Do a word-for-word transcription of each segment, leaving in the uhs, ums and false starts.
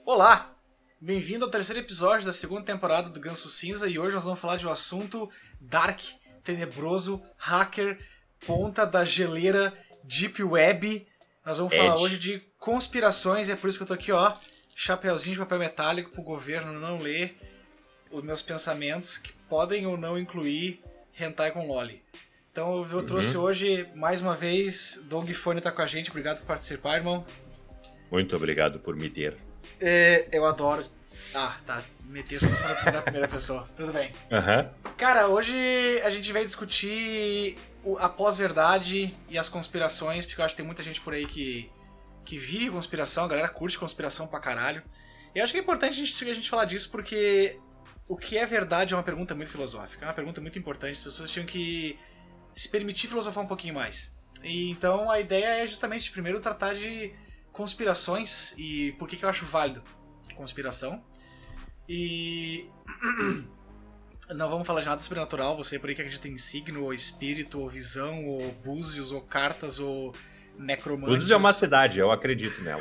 Olá! Bem-vindo ao terceiro episódio da segunda temporada do Ganso Cinza e hoje nós vamos falar de um assunto dark, tenebroso, hacker, ponta da geleira, deep web. Nós vamos falar Edge. hoje de conspirações e é por isso que eu tô aqui, ó, chapeuzinho de papel metálico pro governo não ler os meus pensamentos que podem ou não incluir hentai com loli. Então eu trouxe Uhum. hoje, mais uma vez, Dong Fone tá com a gente, obrigado por participar, irmão. Muito obrigado por me ter. É, eu adoro. Ah, tá. Meter essa pessoa na primeira pessoa. Tudo bem. Aham. Cara, hoje a gente vai discutir o- a pós-verdade e as conspirações, porque eu acho que tem muita gente por aí que, que vive conspiração, a galera curte conspiração pra caralho. E eu acho que é importante a gente, a gente falar disso porque o que é verdade é uma pergunta muito filosófica, é uma pergunta muito importante, as pessoas tinham que se permitir filosofar um pouquinho mais. E então a ideia é justamente primeiro tratar de conspirações e por que, que eu acho válido conspiração. E não vamos falar de nada sobrenatural, você por aí que acredita em signo, ou espírito, ou visão, ou búzios, ou cartas, ou necromantes. Luzes é uma cidade, eu acredito nela.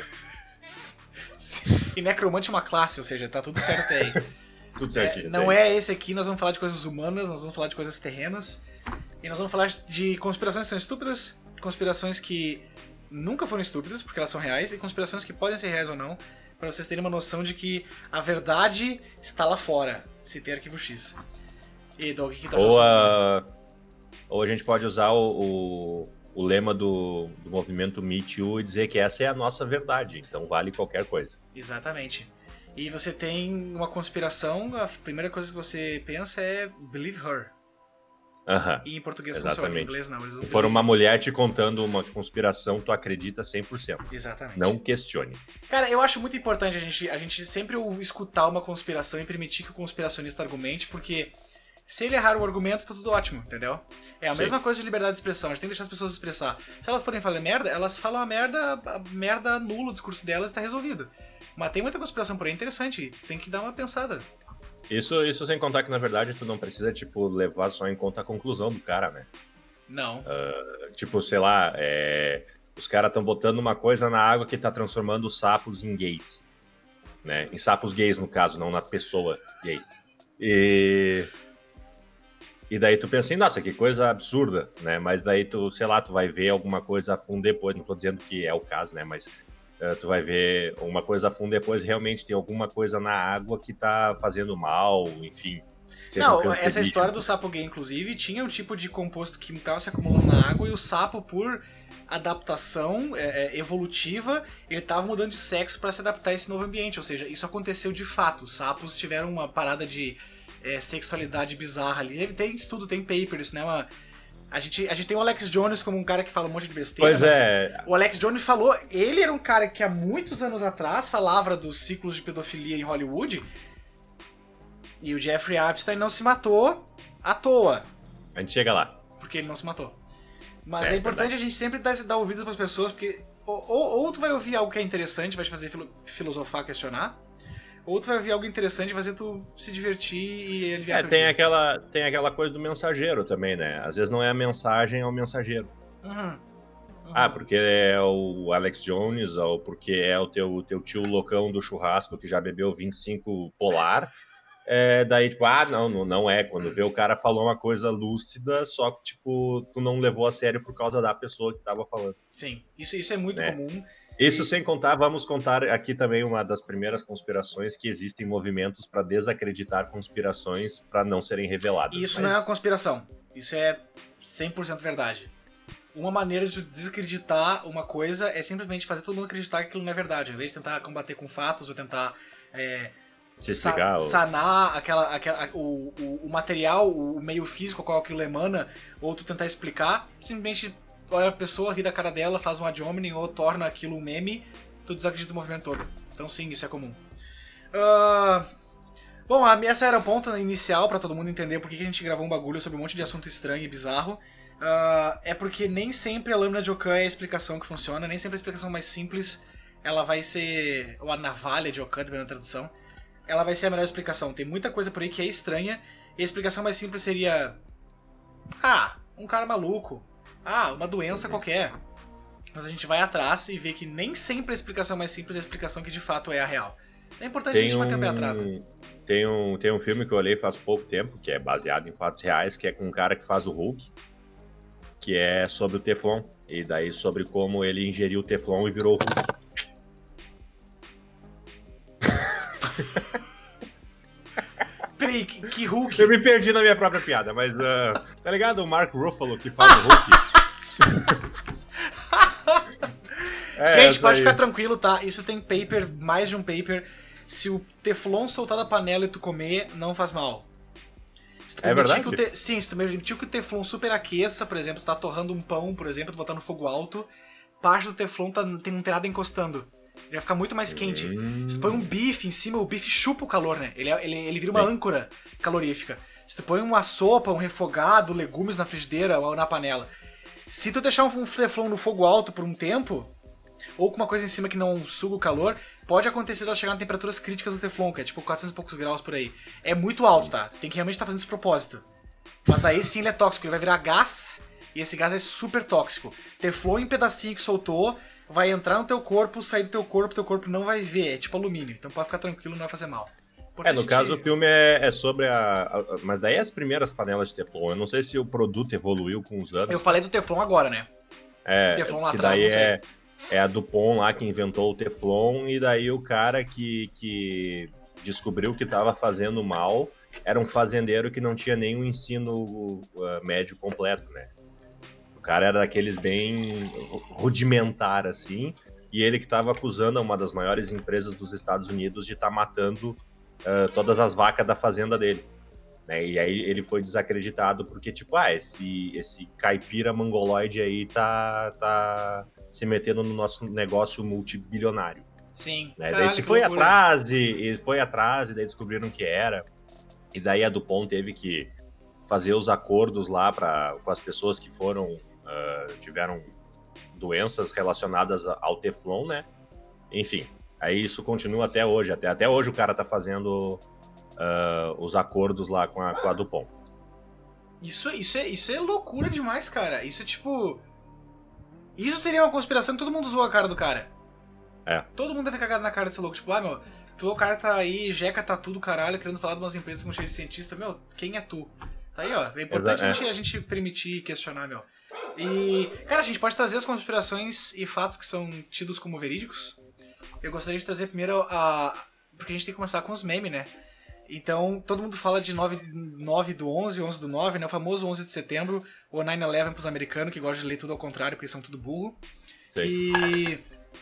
E necromante é uma classe, ou seja, tá tudo certo aí. Tudo É, certinho. não tem. é esse aqui, nós vamos falar de coisas humanas, nós vamos falar de coisas terrenas. E nós vamos falar de conspirações que são estúpidas, conspirações que nunca foram estúpidas, porque elas são reais, e conspirações que podem ser reais ou não, para vocês terem uma noção de que a verdade está lá fora, se tem arquivo X. E Doug, o que, que tá Ou, achando? a... Ou a gente pode usar o, o, o lema do, do movimento Me Too e dizer que essa é a nossa verdade, então vale qualquer coisa. Exatamente. E você tem uma conspiração, a primeira coisa que você pensa é believe her. Aham. E em português funciona, em Exatamente. inglês não. Eles usam Se for uma believe. mulher te contando uma conspiração, tu acredita cem por cento. Exatamente. Não questione. Cara, eu acho muito importante a gente, a gente sempre escutar uma conspiração e permitir que o conspiracionista argumente, porque se ele errar o argumento, tá tudo ótimo, entendeu? É a Sim. mesma coisa de liberdade de expressão, a gente tem que deixar as pessoas expressar. Se elas forem falar merda, elas falam a merda, a merda nula, o discurso delas tá resolvido. Mas tem muita conspiração por aí interessante, tem que dar uma pensada. Isso, isso sem contar que, na verdade, tu não precisa, tipo, levar só em conta a conclusão do cara, né? Não. Tipo, sei lá, é, os caras estão botando uma coisa na água que tá transformando os sapos em gays. Né? Em sapos gays, no caso, não na pessoa gay. E... E daí tu pensa assim, nossa, que coisa absurda, né? Mas daí tu, sei lá, tu vai ver alguma coisa a fundo depois. Não tô dizendo que é o caso, né? Mas uh, tu vai ver uma coisa a fundo depois, realmente tem alguma coisa na água que tá fazendo mal, enfim. Seja um Não, cancerígeno. essa história do sapo gay, inclusive, tinha um tipo de composto químico que estava se acumulando na água e o sapo, por adaptação é, é, evolutiva, ele estava mudando de sexo para se adaptar a esse novo ambiente. Ou seja, isso aconteceu de fato. Os sapos tiveram uma parada de é, sexualidade bizarra ali. Tem estudo, tem paper, isso não é uma... A gente, a gente tem o Alex Jones como um cara que fala um monte de besteira, Pois mas é, o Alex Jones falou... Ele era um cara que há muitos anos atrás falava dos ciclos de pedofilia em Hollywood. E o Jeffrey Epstein não se matou à toa, a gente chega lá. porque ele não se matou. Mas É, é, importante verdade. a gente sempre dar, dar ouvidos para as pessoas, porque ou, ou, ou tu vai ouvir algo que é interessante, vai te fazer filo- filosofar, questionar, ou tu vai ouvir algo interessante e fazer tu se divertir e aliviar É, teu tem dia. aquela, tem aquela coisa do mensageiro também, né? Às vezes não é a mensagem, é o mensageiro. Uhum. Uhum. Ah, porque é o Alex Jones, ou porque é o teu, teu tio loucão do churrasco que já bebeu vinte e cinco polar. É, daí, tipo, ah, não, não, não é. Quando vê o cara falou uma coisa lúcida, só que, tipo, tu não levou a sério por causa da pessoa que tava falando. Sim, isso, isso é muito Né? comum. Isso E- sem contar, vamos contar aqui também uma das primeiras conspirações que existem movimentos para desacreditar conspirações para não serem reveladas. E isso Mas- não é uma conspiração. Isso é cem por cento verdade. Uma maneira de desacreditar uma coisa é simplesmente fazer todo mundo acreditar que aquilo não é verdade. Ao invés de tentar combater com fatos ou tentar é, se sa- explicar, ou- sanar aquela, aquela, o, o, o material, o meio físico ao qual aquilo emana, ou tu tentar explicar, simplesmente olha a pessoa, ri da cara dela, faz um ad hominem ou torna aquilo um meme, tu desacredita o movimento todo. Então sim, isso é comum. Ah, Bom, a- essa era o ponto inicial pra todo mundo entender por que que a gente gravou um bagulho sobre um monte de assunto estranho e bizarro. Ah, é porque nem sempre a lâmina de Ockham é a explicação que funciona, nem sempre a explicação mais simples ela vai ser, ou a navalha de Ockham, dependendo da tradução, ela vai ser a melhor explicação. Tem muita coisa por aí que é estranha, e a explicação mais simples seria... Ah, um cara maluco. Ah, uma doença qualquer. Mas a gente vai atrás e vê que nem sempre a explicação mais simples é a explicação que de fato é a real. É importante Tem a gente um, bater o pé atrás, né? tem, um, tem um filme que eu olhei faz pouco tempo, que é baseado em fatos reais, que é com um cara que faz o Hulk, que é sobre o Teflon. E daí sobre como ele ingeriu o Teflon e virou o Hulk. Peraí, que, que Hulk? Eu me perdi na minha própria piada, mas uh, tá ligado o Mark Ruffalo que faz o Hulk? É, Gente, pode aí. ficar tranquilo, tá? Isso tem paper, mais de um paper. Se o Teflon soltar da panela e tu comer, não faz mal. Se tu É verdade? Que o te... Sim, se tu permitir que o Teflon superaqueça, por exemplo, tu tá torrando um pão, por exemplo, tu botar no fogo alto, parte do Teflon tá... tem, não tem nada encostando. Ele vai ficar muito mais quente. Hum. Se tu põe um bife em cima, o bife chupa o calor, né? Ele, ele, ele vira uma Sim. âncora calorífica. Se tu põe uma sopa, um refogado, legumes na frigideira ou na panela. Se tu deixar um Teflon no fogo alto por um tempo, ou com uma coisa em cima que não suga o calor, pode acontecer de ela chegar a temperaturas críticas do Teflon, que é tipo quatrocentos e poucos graus por aí. É muito alto, tá? Tu tem que realmente estar fazendo isso de propósito. Mas daí sim ele é tóxico, ele vai virar gás, e esse gás é super tóxico. Teflon em pedacinho que soltou, vai entrar no teu corpo, sair do teu corpo, teu corpo não vai ver, é tipo alumínio. Então pode ficar tranquilo, não vai fazer mal. É, no caso o filme é, é sobre a, a... Mas daí é as primeiras panelas de Teflon. Eu não sei se o produto evoluiu com os anos. Eu falei do Teflon agora, né? É, Teflon lá que atrás, daí não sei. é, é a Dupont lá que inventou o Teflon, e daí o cara que, que descobriu que estava fazendo mal era um fazendeiro que não tinha nenhum ensino uh, médio completo, né? O cara era daqueles bem rudimentar, assim, e ele que estava acusando uma das maiores empresas dos Estados Unidos de estar tá matando uh, todas as vacas da fazenda dele. Né? E aí ele foi desacreditado porque, tipo, ah, esse, esse caipira mongoloide aí tá, tá se metendo no nosso negócio multibilionário. Sim. Né? Caralho, Daí se que foi loucura. atrás, e, e foi atrás, e daí descobriram que era. E daí a Dupont teve que fazer os acordos lá pra, com as pessoas que foram, uh, tiveram doenças relacionadas ao Teflon, né? Enfim, aí isso continua até hoje. Até, até hoje o cara tá fazendo... Uh, os acordos lá com a, com a Dupont. Isso, isso, é, isso é loucura demais, cara. Isso é tipo... Isso seria uma conspiração que todo mundo zoa a cara do cara. É. Todo mundo deve cagar na cara desse louco. Tipo, ah, meu, tu, o cara tá aí, jeca tatu do caralho, querendo falar de umas empresas com cheio de cientista. Meu, quem é tu? Tá aí, ó. É importante Exa- a, gente, a gente permitir questionar, meu. E, cara, a gente pode trazer as conspirações e fatos que são tidos como verídicos. Eu gostaria de trazer primeiro a... Porque a gente tem que começar com os memes, né? Então, todo mundo fala de nove, nove do onze, onze do nove, né? O famoso onze de setembro, ou nove onze pros americanos, que gostam de ler tudo ao contrário, porque eles são tudo burro. Sim. E...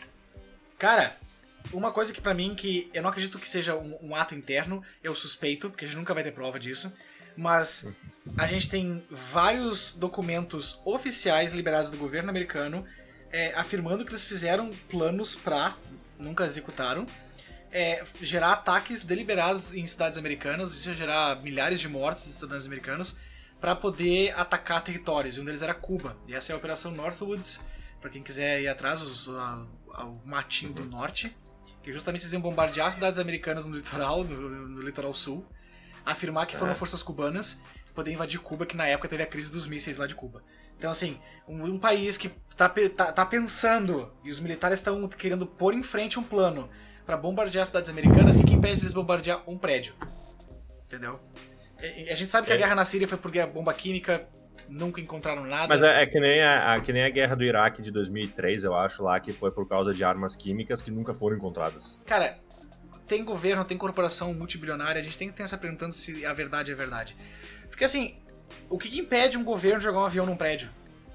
Cara, uma coisa que pra mim, que eu não acredito que seja um, um ato interno, eu suspeito, porque a gente nunca vai ter prova disso, mas a gente tem vários documentos oficiais liberados do governo americano é, afirmando que eles fizeram planos pra, nunca executaram, É, gerar ataques deliberados em cidades americanas, isso ia gerar milhares de mortes de cidadãos americanos, para poder atacar territórios, e um deles era Cuba. E essa é a Operação Northwoods, para quem quiser ir atrás, os, a, a, o matinho do norte, que justamente eles iam bombardear cidades americanas no litoral, no, no litoral sul, afirmar que foram É. forças cubanas, poder invadir Cuba, que na época teve a crise dos mísseis lá de Cuba. Então, assim, um, um país que tá, tá, tá pensando, e os militares estão querendo pôr em frente um plano pra bombardear cidades americanas, o que, que impede eles bombardear um prédio? Entendeu? E, a gente sabe que a É. guerra na Síria foi porque a bomba química, nunca encontraram nada. Mas é, é que, nem a, a- que nem a guerra do Iraque de dois mil e três, eu acho, lá, que foi por causa de armas químicas que nunca foram encontradas. Cara, tem governo, tem corporação multibilionária, a gente tem que estar se perguntando se a verdade é verdade. Porque assim, o que, que impede um governo de jogar um avião num prédio?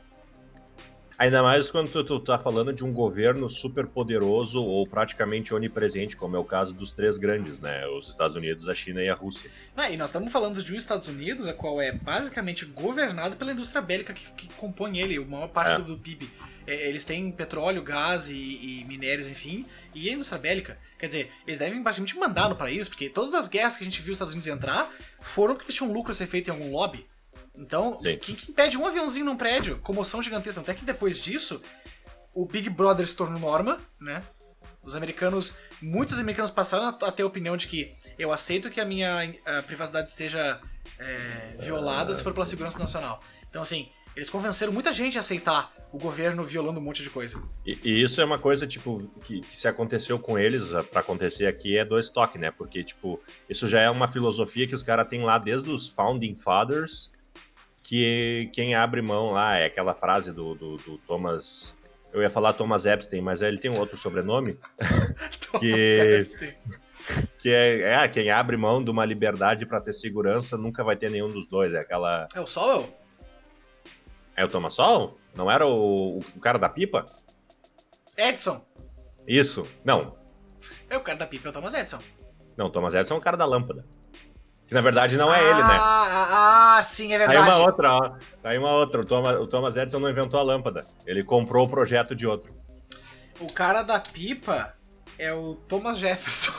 Ainda mais quando tu, tu tá falando de um governo super poderoso ou praticamente onipresente, como é o caso dos três grandes, né? Os Estados Unidos, a China e a Rússia. Ah, e nós estamos falando de um Estados Unidos, a qual é basicamente governado pela indústria bélica que, que compõe ele, a maior parte É. do, do P I B. É, eles têm petróleo, gás e, e minérios, enfim, e a indústria bélica. Quer dizer, eles devem basicamente mandar no país, porque todas as guerras que a gente viu os Estados Unidos entrar foram porque tinha um lucro a ser feito em algum lobby. Então, Sim. quem que impede um aviãozinho num prédio? Comoção gigantesca. Até que depois disso, o Big Brother se tornou norma, né? Os americanos, muitos americanos passaram a a ter a opinião de que eu aceito que a minha a privacidade seja é, violada se for pela segurança nacional. Então, assim, Eles convenceram muita gente a aceitar o governo violando um monte de coisa. E, e isso é uma coisa, tipo, que, que se aconteceu com eles, pra acontecer aqui é do estoque, né? Porque, tipo, isso já é uma filosofia que os caras têm lá desde os Founding Fathers, que quem abre mão lá é aquela frase do, do, do Thomas... Eu ia falar Thomas Epstein, mas ele tem um outro sobrenome. que que é, é, quem abre mão de uma liberdade pra ter segurança nunca vai ter nenhum dos dois. É aquela... É o Sowell? É o Thomas Sowell? Não era o, o cara da pipa? Edison. Isso. Não. É o cara da pipa, é o Thomas Edison. Não, o Thomas Edison é o cara da lâmpada. Que na verdade não é ah, ele, né? Ah, ah, sim, é verdade. Aí uma outra, ó. Aí uma outra. O Thomas, o Thomas Edison não inventou a lâmpada. Ele comprou o projeto de outro. O cara da pipa é o Thomas Jefferson.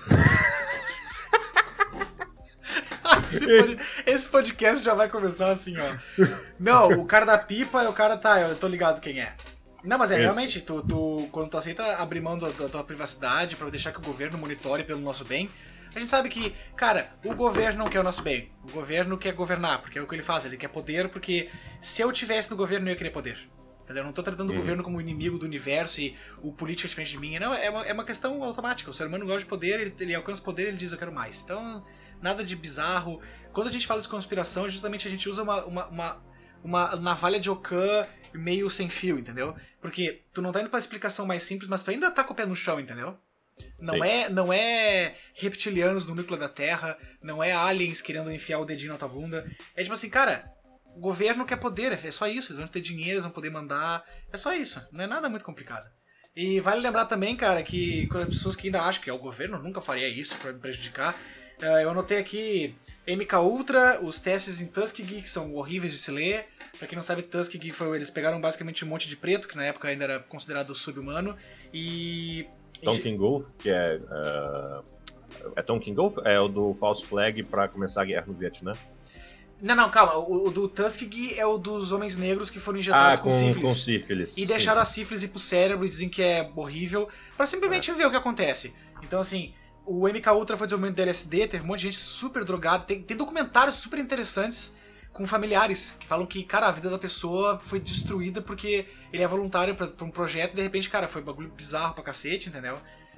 esse, pod... esse podcast já vai começar assim, ó. Não, o cara da pipa é o cara... Tá, eu tô ligado quem é. Não, mas é, Isso. realmente, tu, tu, quando tu aceita abrir mão da, da tua privacidade pra deixar que o governo monitore pelo nosso bem... A gente sabe que, cara, o governo não quer o nosso bem. O governo quer governar, porque é o que ele faz. Ele quer poder, porque se eu tivesse no governo, eu ia querer poder. Entendeu? Eu não tô tratando uhum. o governo como inimigo do universo e o político é diferente de mim. Não, é uma, é uma questão automática. O ser humano gosta de poder, ele, ele alcança poder e ele diz, eu quero mais. Então, nada de bizarro. Quando a gente fala de conspiração, justamente a gente usa uma, uma, uma, uma navalha de Ockham meio sem fio, entendeu? Porque tu não tá indo pra explicação mais simples, mas tu ainda tá com o pé no chão, entendeu? Não é, não é reptilianos no núcleo da Terra, não é aliens querendo enfiar o dedinho na tua bunda. É tipo assim, cara, o governo quer poder, é só isso, eles vão ter dinheiro, eles vão poder mandar, é só isso, não é nada muito complicado. E vale lembrar também, cara, que as pessoas que ainda acham que é o governo nunca faria isso pra me prejudicar, eu anotei aqui M K Ultra, os testes em Tuskegee, que são horríveis de se ler. Pra quem não sabe, Tuskegee foi, eles pegaram basicamente um monte de preto, que na época ainda era considerado sub-humano, e... Tonkin Gulf, que é... Uh, é Tonkin Gulf? É o do False Flag pra começar a guerra no Vietnã? Não, não, calma. O, o do Tuskegee é o dos homens negros que foram injetados ah, com, com sífilis. com sífilis. E deixaram a sífilis ir pro cérebro e dizem que é horrível, pra simplesmente é. ver o que acontece. Então, assim, o M K Ultra foi desenvolvimento do L S D, teve um monte de gente super drogada. Tem, tem documentários super interessantes com familiares que falam que, cara, a vida da pessoa foi destruída porque ele é voluntário pra, pra um projeto e de repente, cara, foi um bagulho bizarro pra cacete, entendeu?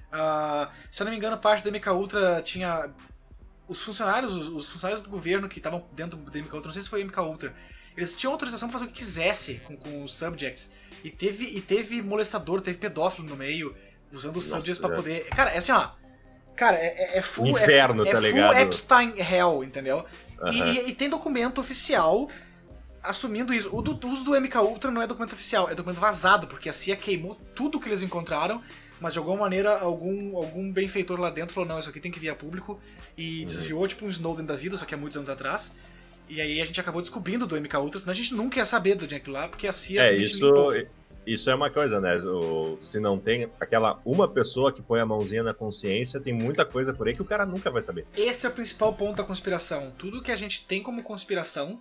Uh, se eu não me engano, parte do M K Ultra tinha... Os funcionários, os, os funcionários do governo que estavam dentro do M K Ultra, não sei se foi o M K Ultra, eles tinham autorização pra fazer o que quisesse com, com os subjects. E teve, e teve molestador, teve pedófilo no meio, usando os Nossa, subjects pra é. poder... Cara, é assim, ó... Cara, é, é full... Inferno, é, tá é ligado? full Epstein Hell, entendeu? Uhum. E, e tem documento oficial assumindo isso. O do, uso do M K Ultra não é documento oficial, é documento vazado, porque a C I A queimou tudo que eles encontraram, mas de alguma maneira algum, algum benfeitor lá dentro falou, não, isso aqui tem que vir a público, e uhum. desviou tipo um Snowden da vida, só que há muitos anos atrás. E aí a gente acabou descobrindo do M K Ultra, senão a gente nunca ia saber do Jack lá, porque a C I A é, isso, isso é uma coisa, né? O, se não tem aquela uma pessoa que põe a mãozinha na consciência, tem muita coisa por aí que o cara nunca vai saber. Esse é o principal ponto da conspiração. Tudo que a gente tem como conspiração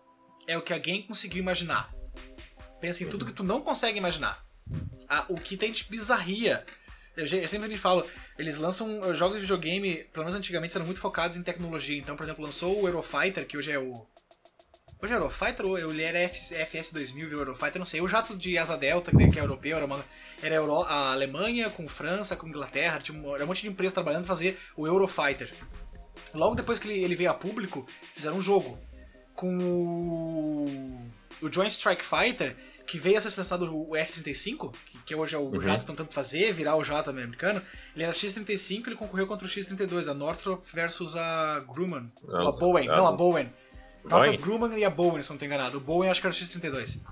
é o que alguém conseguiu imaginar. Pensa em tudo que tu não consegue imaginar. Ah, o que tem de bizarria. Eu, eu sempre falo, eles lançam jogos de videogame, pelo menos antigamente, eram muito focados em tecnologia. Então, por exemplo, lançou o Eurofighter, que hoje é o... Hoje é Eurofighter ou ele era F S dois mil, virou Eurofighter, não sei. O jato de asa delta, que é europeu, era, uma, era Euro, a Alemanha com França, com Inglaterra, tinha um, era um monte de empresa trabalhando pra fazer o Eurofighter. Logo depois que ele, ele veio a público, fizeram um jogo com o, o Joint Strike Fighter, que veio a ser lançado o F trinta e cinco, que, que hoje é o uhum. jato que estão tentando fazer, virar o jato americano. Ele era X trinta e cinco, ele concorreu contra o X trinta e dois, a Northrop versus a Grumman. Não, a Boeing, não, não a Boeing. Northrop Grumman e a Boeing, se não estou enganado. O Boeing acho que era o X trinta e dois.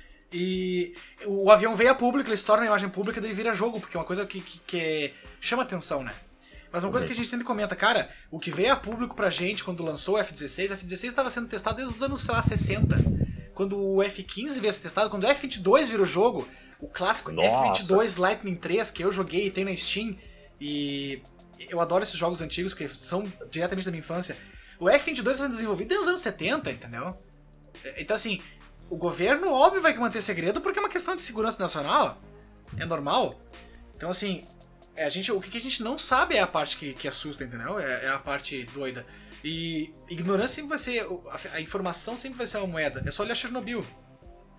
E o avião veio a público, ele se torna uma imagem pública e daí vira jogo, porque é uma coisa que, que, que chama atenção, né? Mas uma coisa que a gente sempre comenta, cara, o que veio a público pra gente quando lançou o F dezesseis, o F dezesseis estava sendo testado desde os anos, sei lá, sessenta. Quando o F quinze veio a ser testado, quando o F vinte e dois virou jogo, o clássico Nossa. F vinte e dois Lightning três, que eu joguei e tem na Steam, e eu adoro esses jogos antigos, que são diretamente da minha infância. O F vinte e dois está sendo desenvolvido desde os anos setenta, entendeu? Então, assim, o governo, óbvio, vai manter segredo porque é uma questão de segurança nacional. É normal. Então, assim, a gente, o que a gente não sabe é a parte que, que assusta, entendeu? É, é a parte doida. E ignorância sempre vai ser... A, a informação sempre vai ser uma moeda. É só olhar Chernobyl.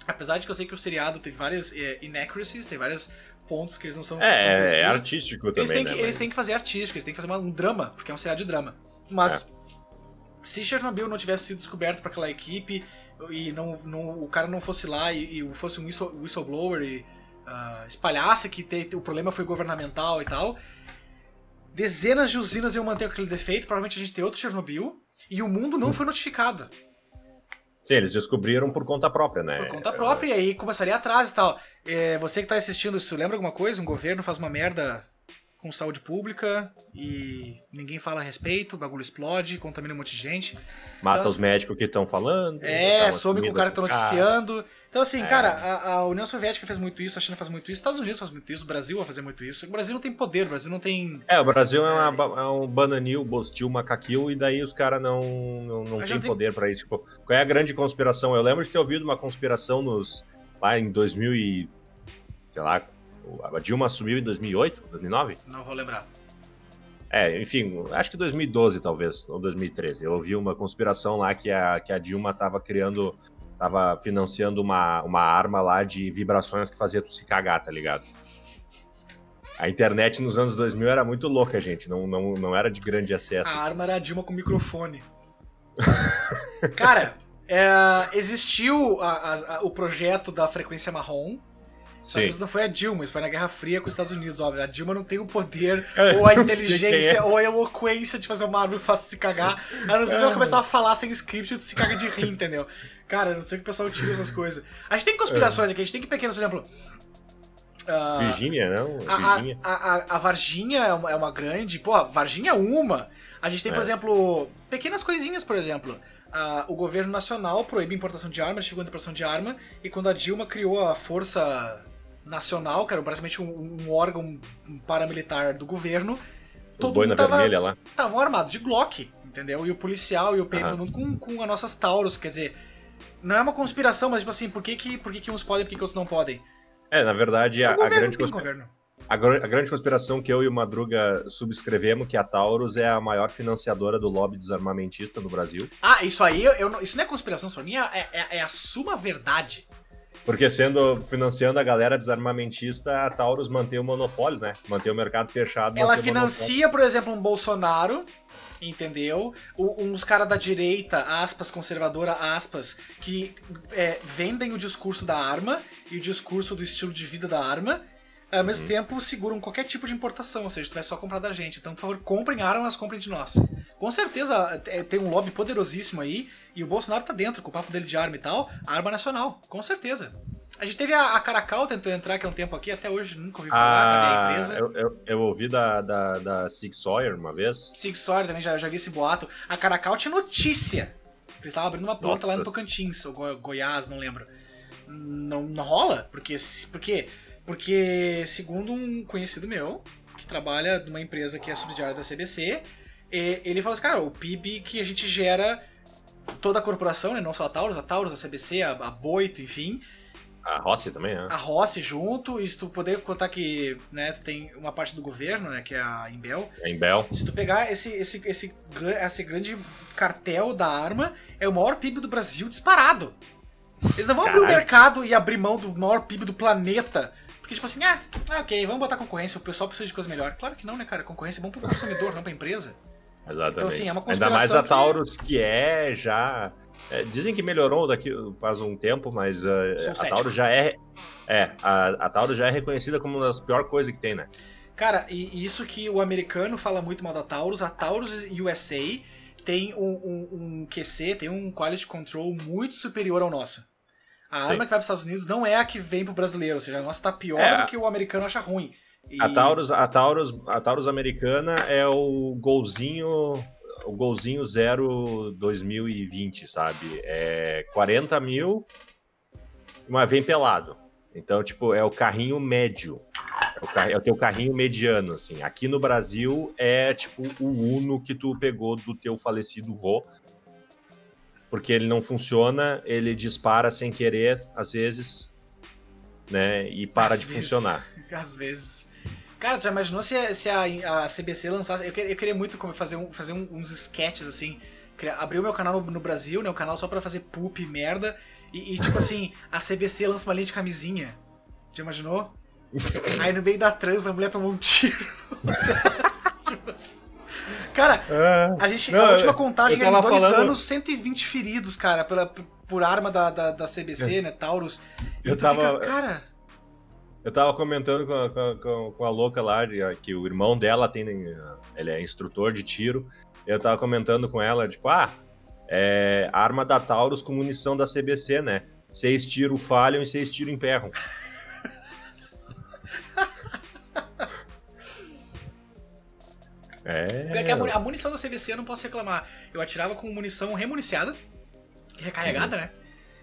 Apesar de que eu sei que o seriado teve várias é, inaccuracies, tem vários pontos que eles não são tão É, é precisos. artístico também, Eles têm, que, né? eles mas- têm que fazer artístico, eles têm que fazer uma- um drama, porque é um seriado de drama. Mas, se Chernobyl não tivesse sido descoberto por aquela equipe, e não, não, o cara não fosse lá e, e fosse um whistle, whistleblower e ah, espalhasse que te- o problema foi governamental e tal, dezenas de usinas iam manter aquele defeito, provavelmente a gente tem outro Chernobyl, e o mundo não foi notificado. Sim, eles descobriram por conta própria, né? Por conta própria, e aí começaria atrás e tal. É, você que tá assistindo isso, lembra alguma coisa? Um governo faz uma merda com saúde pública e ninguém fala a respeito, o bagulho explode, contamina um monte de gente. Mata Então, os médicos que estão falando. É, dá uma some com o sumida cara que tá pro noticiando. Então, assim, É. cara, a, a União Soviética fez muito isso, a China faz muito isso, os Estados Unidos faz muito isso, o Brasil vai fazer muito isso. O Brasil não tem poder, o Brasil não tem. É, o Brasil é, uma ba- é um bananil, bostil, macaquil, e daí os caras não, não, não A gente tem tem- poder pra isso. Tipo, qual é a grande conspiração? Eu lembro de ter ouvido uma conspiração nos lá em dois mil e... sei lá, a Dilma assumiu em dois mil e oito, dois mil e nove? Não vou lembrar. É, enfim, acho que dois mil e doze talvez, ou dois mil e treze. Eu ouvi uma conspiração lá que a, que a Dilma tava criando, tava financiando uma, uma arma lá de vibrações que fazia tu se cagar, tá ligado? A internet nos anos dois mil era muito louca, gente, não, não, não era de grande acesso. A assim. arma era a Dilma com microfone. Cara, é, existiu a- a- a- o projeto da frequência marrom. Só que Sim. isso não foi a Dilma, isso foi na Guerra Fria com os Estados Unidos, óbvio. A Dilma não tem o poder, Eu ou a não sei inteligência, quem é. ou a eloquência de fazer uma arma que faça se cagar. A não ser se ela começar a falar sem script e tu se caga de rir, entendeu? Cara, eu não sei que o pessoal tira essas coisas. A gente tem conspirações aqui, a gente tem que pequenas, por exemplo. ah, Virgínia, não? a, a, Virgínia. a, a- a Varginha é uma, é uma grande. Pô, a Varginha é uma. A gente tem, por É. exemplo, pequenas coisinhas, por exemplo. Ah, o governo nacional proíbe a importação de armas, dificulta a importação de arma, e quando a Dilma criou a Força Nacional, que era basicamente um, um órgão paramilitar do governo, Os todo boina mundo tava, vermelha lá. estavam armados de Glock, entendeu? E o policial e o P M, Aham. todo mundo com, com as nossas Taurus, quer dizer, não é uma conspiração, mas tipo assim, por que, que, por que, que uns podem e por que, que outros não podem? É, na verdade, É a, o a governo, grande tem conspi- governo. a, gr- a grande conspiração que eu e o Madruga subscrevemos que a Taurus é a maior financiadora do lobby desarmamentista no Brasil. Ah, isso aí, eu, não- isso não é conspiração, isso pra mim é, é, é a suma verdade. Porque sendo financiando a galera desarmamentista, a Taurus mantém o monopólio, né? Mantém o mercado fechado. Ela mantém o monopólio. financia, por exemplo, um Bolsonaro, entendeu? O- uns caras da direita, aspas, conservadora, aspas, que é, vendem o discurso da arma e o discurso do estilo de vida da arma, ao Uhum. mesmo tempo seguram qualquer tipo de importação, ou seja, tu vai só comprar da gente. Então, por favor, comprem armas, comprem de nós. Com certeza é, tem um lobby poderosíssimo aí, e o Bolsonaro tá dentro, com o papo dele de arma e tal, arma nacional, com certeza. A gente teve a, a Caracal, tentou entrar aqui há um tempo aqui, até hoje nunca ouvi falar, cadê a Ah, empresa? eu, eu, eu ouvi da, da, da Sig Sauer uma vez. Sig Sauer também, já, já vi esse boato. A Caracal tinha notícia. Eles estavam abrindo uma planta Nossa. lá no Tocantins, ou Go- Goiás, não lembro. Não, não rola, porque, porque, porque segundo um conhecido meu, que trabalha numa empresa que é subsidiária da C B C, e- ele falou assim, cara, o P I B que a gente gera, toda a corporação, né, não só a Taurus, a Taurus, a C B C, a, a Boito, enfim, A Rossi também, né? a Rossi junto, e se tu poder contar que, né, tu tem uma parte do governo, né, que é a Imbel, É em Bel. se tu pegar esse, esse, esse, gra- esse grande cartel da arma, é o maior P I B do Brasil disparado. Eles não vão abrir o Caralho. mercado e abrir mão do maior P I B do planeta. Porque, tipo assim, ah, ah, ok, vamos botar concorrência, o pessoal precisa de coisa melhor. Claro que não, né, cara? Concorrência é bom pro consumidor, não pra empresa. Exatamente. Então, assim, é uma Ainda mais conspiração a que- Taurus, que é já. é, dizem que melhorou daqui faz um tempo, mas uh, Sou a cético. Taurus já é. É, a, a Taurus já é reconhecida como uma das piores coisas que tem, né? Cara, e e isso que o americano fala muito mal da Taurus, a Taurus U S A tem um, um, um Q C, tem um quality control muito superior ao nosso. A Sim. arma que vai para os Estados Unidos não é a que vem pro brasileiro, ou seja, a nossa tá pior É, do que o americano acha ruim. E- A Taurus, a Taurus, a Taurus americana é o golzinho, o golzinho zero dois mil e vinte, sabe? É quarenta mil, mas vem pelado. Então, tipo, é o carrinho médio. É o, car- é o teu carrinho mediano, assim. Aqui no Brasil é, tipo, o Uno que tu pegou do teu falecido vô. Porque ele não funciona, ele dispara sem querer, às vezes, né? E para Às de vezes. funcionar. Às vezes. Cara, tu já imaginou se, a- se a, a C B C lançasse. Eu queria, eu queria muito como fazer, um- fazer um- uns sketches assim. abriu meu canal no, no Brasil, né? Um canal só pra fazer poop e merda. E, e, tipo assim, a C B C lança uma linha de camisinha. Já imaginou? Aí no meio da trans a mulher tomou um tiro. Tipo assim. Cara, a gente. Não, a última contagem era em dois falando... anos, cento e vinte feridos, cara, pela, por arma da, da, da C B C, né? Taurus. E eu tu tava. Fica, cara. Eu tava comentando com a, com, com a louca lá, que o irmão dela tem. Ele é instrutor de tiro. Eu tava comentando com ela, tipo, ah, é arma da Taurus com munição da C B C, né? Seis tiros falham e seis tiros emperram. É. A munição da C B C eu não posso reclamar. Eu atirava com munição remuniciada, recarregada, uhum. né?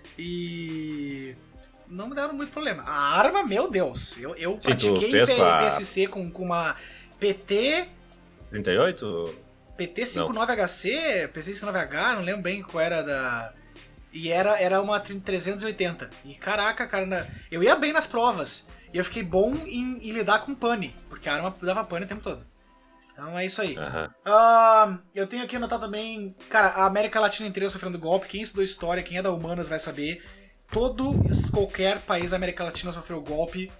E não me deram muito problema. A arma, meu Deus, eu, eu Sim, pratiquei P S C com, com uma P T... trinta e oito? P T cinquenta e nove H C, P T cinquenta e nove H, não lembro bem qual era da... E era, era uma trezentos e oitenta. E caraca, cara, eu ia bem nas provas. E eu fiquei bom em, em lidar com pane, porque a arma dava pane o tempo todo. Então é isso aí. Uhum. Uh, eu tenho aqui anotado também... Cara, a América Latina inteira sofrendo golpe. Quem estudou história, quem é da Humanas vai saber. Todo, qualquer país da América Latina sofreu golpe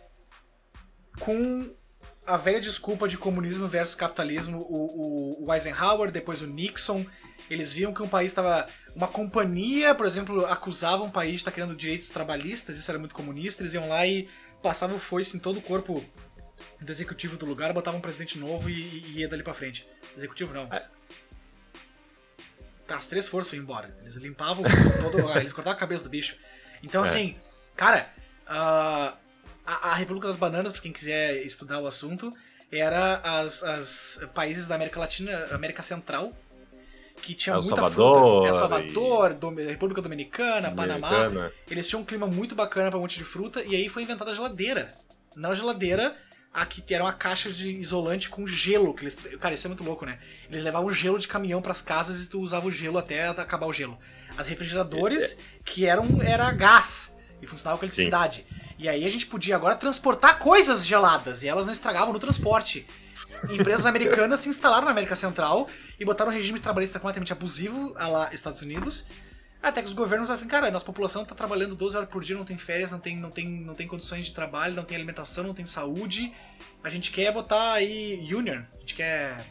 com a velha desculpa de comunismo versus capitalismo. O, o, o Eisenhower, depois o Nixon... Eles viam que um país estava... Uma companhia, por exemplo, acusava um país de estar querendo direitos trabalhistas, isso era muito comunista, eles iam lá e passavam foice em todo o corpo do executivo do lugar, botavam um presidente novo e, e ia dali pra frente. Executivo não. É. Tá, as três forças iam embora. Eles limpavam todo... Eles cortavam a cabeça do bicho. Então, é. assim, cara, uh, a, a República das Bananas, pra quem quiser estudar o assunto, era as, as países da América Latina, América Central, que tinha El muita Salvador, fruta. El Salvador, e... República Dominicana, Dominicana. Panamá. Eles tinham um clima muito bacana pra um monte de fruta, e aí foi inventada a geladeira. Não a geladeira, a que era uma caixa de isolante com gelo. Que eles... Cara, isso é muito louco, né? Eles levavam gelo de caminhão pras casas e tu usava o gelo até acabar o gelo. As refrigeradores, é. que eram era gás, e funcionavam com eletricidade. Sim. E aí a gente podia agora transportar coisas geladas, e elas não estragavam no transporte. Empresas americanas se instalaram na América Central e botaram um regime trabalhista completamente abusivo a lá Estados Unidos, até que os governos falaram, cara, nossa população tá trabalhando doze horas por dia, não tem férias, não tem, não tem, não tem condições de trabalho, não tem alimentação, não tem saúde, a gente quer botar aí union, a gente quer...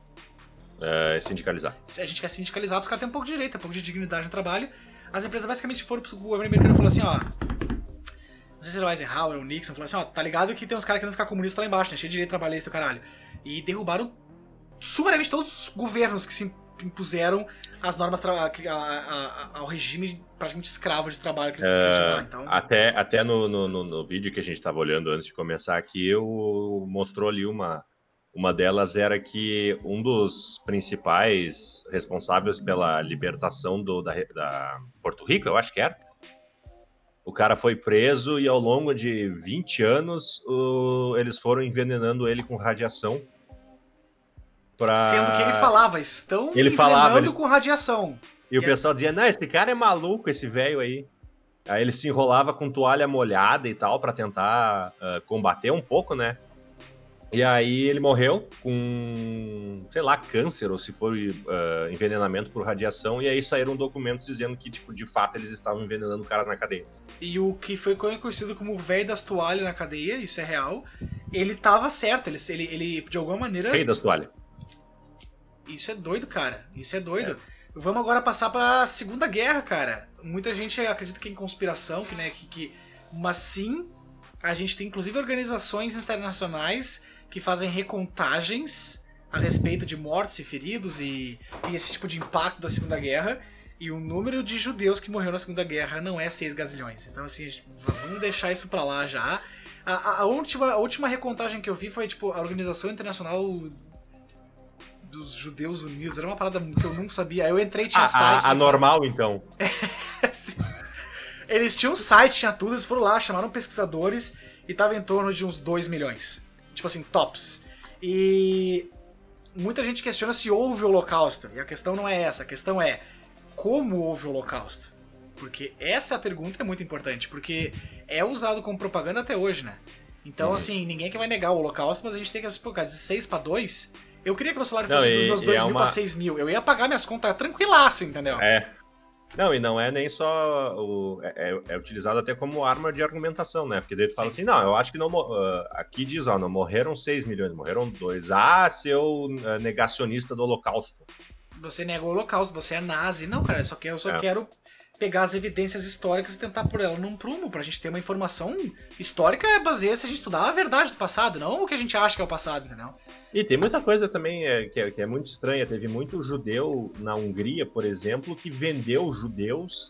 É, sindicalizar. A gente quer sindicalizar, porque os caras têm um pouco de direito, um pouco de dignidade no trabalho. As empresas basicamente foram pro governo americano e falaram assim, ó... Não sei se era o Eisenhower ou o Nixon, falaram assim, ó, tá ligado que tem uns caras querendo ficar comunistas lá embaixo, né, cheio de direito trabalhista e caralho. E derrubaram sumariamente todos os governos que se impuseram as normas tra- a, a, a, ao regime praticamente escravo de trabalho que eles é, tinham lá. Então... Até, até no, no, no, no vídeo que a gente estava olhando antes de começar aqui, eu mostrou ali uma... Uma delas era que um dos principais responsáveis pela libertação do, da, da Porto Rico, eu acho que era, o cara foi preso e ao longo de vinte anos o, eles foram envenenando ele com radiação. Pra... Sendo que ele falava, estão ele envenenando falava, eles... com radiação. E, e o é... pessoal dizia, não, esse cara é maluco, esse velho aí. Aí ele se enrolava com toalha molhada e tal pra tentar uh, combater um pouco, né? E aí ele morreu com, sei lá, câncer ou se foi uh, envenenamento por radiação. E aí saíram documentos dizendo que, tipo, de fato eles estavam envenenando o cara na cadeia. E o que foi conhecido como o velho das toalhas na cadeia, isso é real, ele tava certo, ele, ele, ele de alguma maneira... Cheio das toalhas. Isso é doido, cara, isso é doido. É. Vamos agora passar pra Segunda Guerra, cara. Muita gente acredita que é em conspiração, que, né, que, que... mas sim, a gente tem inclusive organizações internacionais que fazem recontagens a respeito de mortos e feridos e, e esse tipo de impacto da Segunda Guerra. E o número de judeus que morreram na Segunda Guerra não é seis gazilhões. Então, assim, vamos deixar isso pra lá já. A, a, a, última, a última recontagem que eu vi foi, tipo, a Organização Internacional dos Judeus Unidos. Era uma parada que eu nunca sabia. Aí eu entrei e tinha a, site... A, a normal, fala... então. É, assim, eles tinham um site, tinha tudo, eles foram lá, chamaram pesquisadores e tava em torno de uns dois milhões. Tipo assim, tops. E muita gente questiona se houve o Holocausto. E a questão não é essa, a questão é como houve o Holocausto. Porque essa pergunta é muito importante, porque é usado como propaganda até hoje, né? Então, uhum. assim, ninguém que vai negar o Holocausto, mas a gente tem que explicar, dezesseis para dois Eu queria que meu salário fosse Não, dos e- meus e dois é mil uma- pra seis mil. Eu ia pagar minhas contas tranquilaço, entendeu? É. Não, e não é nem só. O, é, é- é utilizado até como arma de argumentação, né? Porque daí tu fala Sim. assim, não, eu acho que não. mo- ah, aqui diz, ó, não morreram seis milhões, morreram dois. Ah, seu ah, negacionista do Holocausto. Você nega o holocausto, você é nazi. Não, cara, eu só quero, eu só É. quero pegar as evidências históricas e tentar pôr ela num prumo, pra gente ter uma informação histórica baseada se a gente estudar a verdade do passado, não o que a gente acha que é o passado, entendeu? E tem muita coisa também é, que, é, que é muito estranha. Teve muito judeu na Hungria, por exemplo, que vendeu judeus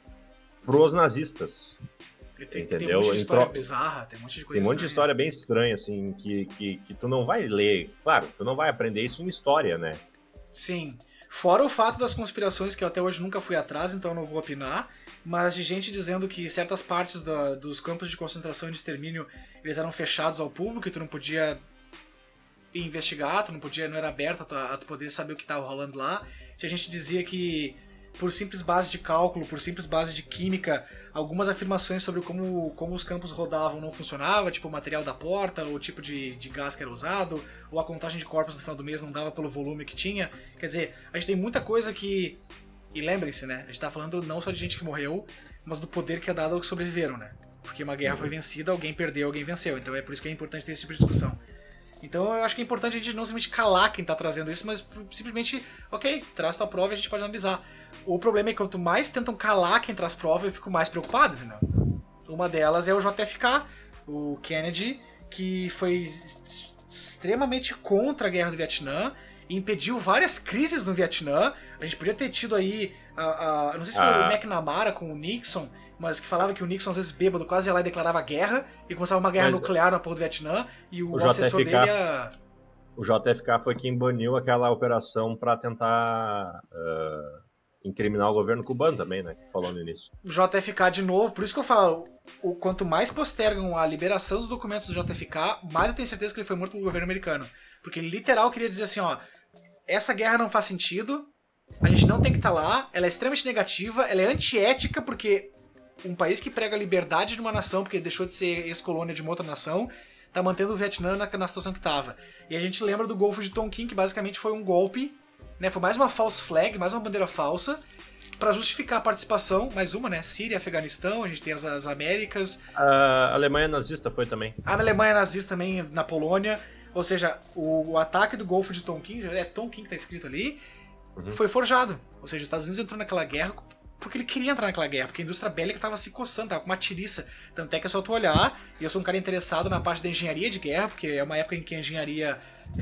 pros nazistas. Tem, tem, Entendeu? tem um monte de Em história tro- bizarra, tem um monte de coisa Tem um monte de estranha. história bem estranha, assim, que, que, que tu não vai ler. Claro, tu não vai aprender isso em história, né? Sim. Fora o fato das conspirações que eu até hoje nunca fui atrás, então eu não vou opinar, mas de gente dizendo que certas partes da- dos campos de concentração e de extermínio eles eram fechados ao público e tu não podia investigar, tu não podia, não era aberto a tu, a tu poder saber o que estava rolando lá. Tinha gente que dizia que por simples base de cálculo, por simples base de química, algumas afirmações sobre como, como os campos rodavam não funcionava, tipo o material da porta, o tipo de, de gás que era usado, ou a contagem de corpos no final do mês não dava pelo volume que tinha. Quer dizer, a gente tem muita coisa que... E lembrem-se, né? A gente tá falando não só de gente que morreu, mas do poder que é dado aos que sobreviveram, né? Porque uma guerra foi vencida, alguém perdeu, alguém venceu. Então é por isso que é importante ter esse tipo de discussão. Então eu acho que é importante a gente não simplesmente calar quem tá trazendo isso, mas simplesmente, ok, traz tua prova e a gente pode analisar. O problema é que quanto mais tentam calar quem traz prova, eu fico mais preocupado, entendeu? Uma delas é o J F K, o Kennedy, que foi extremamente contra a guerra do Vietnã e impediu várias crises no Vietnã. A gente podia ter tido aí, a, a, não sei se foi Ah. o McNamara com o Nixon, mas que falava que o Nixon, às vezes bêbado, quase ia lá e declarava guerra, e começava uma guerra Mas- nuclear na porra do Vietnã, e o, O assessor J F K dele ia... O J F K foi quem baniu aquela operação para tentar ah, incriminar o governo cubano também, né? Que falou no início. o J F K de novo, por isso que eu falo, o quanto mais postergam a liberação dos documentos do J F K, mais eu tenho certeza que ele foi morto pelo governo americano. Porque ele literal queria dizer assim, ó, essa guerra não faz sentido, a gente não tem que estar lá, ela é extremamente negativa, ela é antiética porque um país que prega a liberdade de uma nação, porque deixou de ser ex-colônia de uma outra nação, tá mantendo o Vietnã na, na situação que tava. E a gente lembra do Golfo de Tonkin, que basicamente foi um golpe, né? Foi mais uma false flag, mais uma bandeira falsa, pra justificar a participação, mais uma, né? Síria, Afeganistão, a gente tem as, as Américas, A Alemanha nazista foi também. a Alemanha nazista também na Polônia, ou seja, o, o ataque do Golfo de Tonkin, é Tonkin que tá escrito ali, Uhum. foi forjado. Ou seja, os Estados Unidos entrou naquela guerra porque ele queria entrar naquela guerra, porque a indústria bélica tava se coçando, tava com uma tiriça. Tanto é que é só tu olhar, e eu sou um cara interessado na parte da engenharia de guerra, porque é uma época em que a engenharia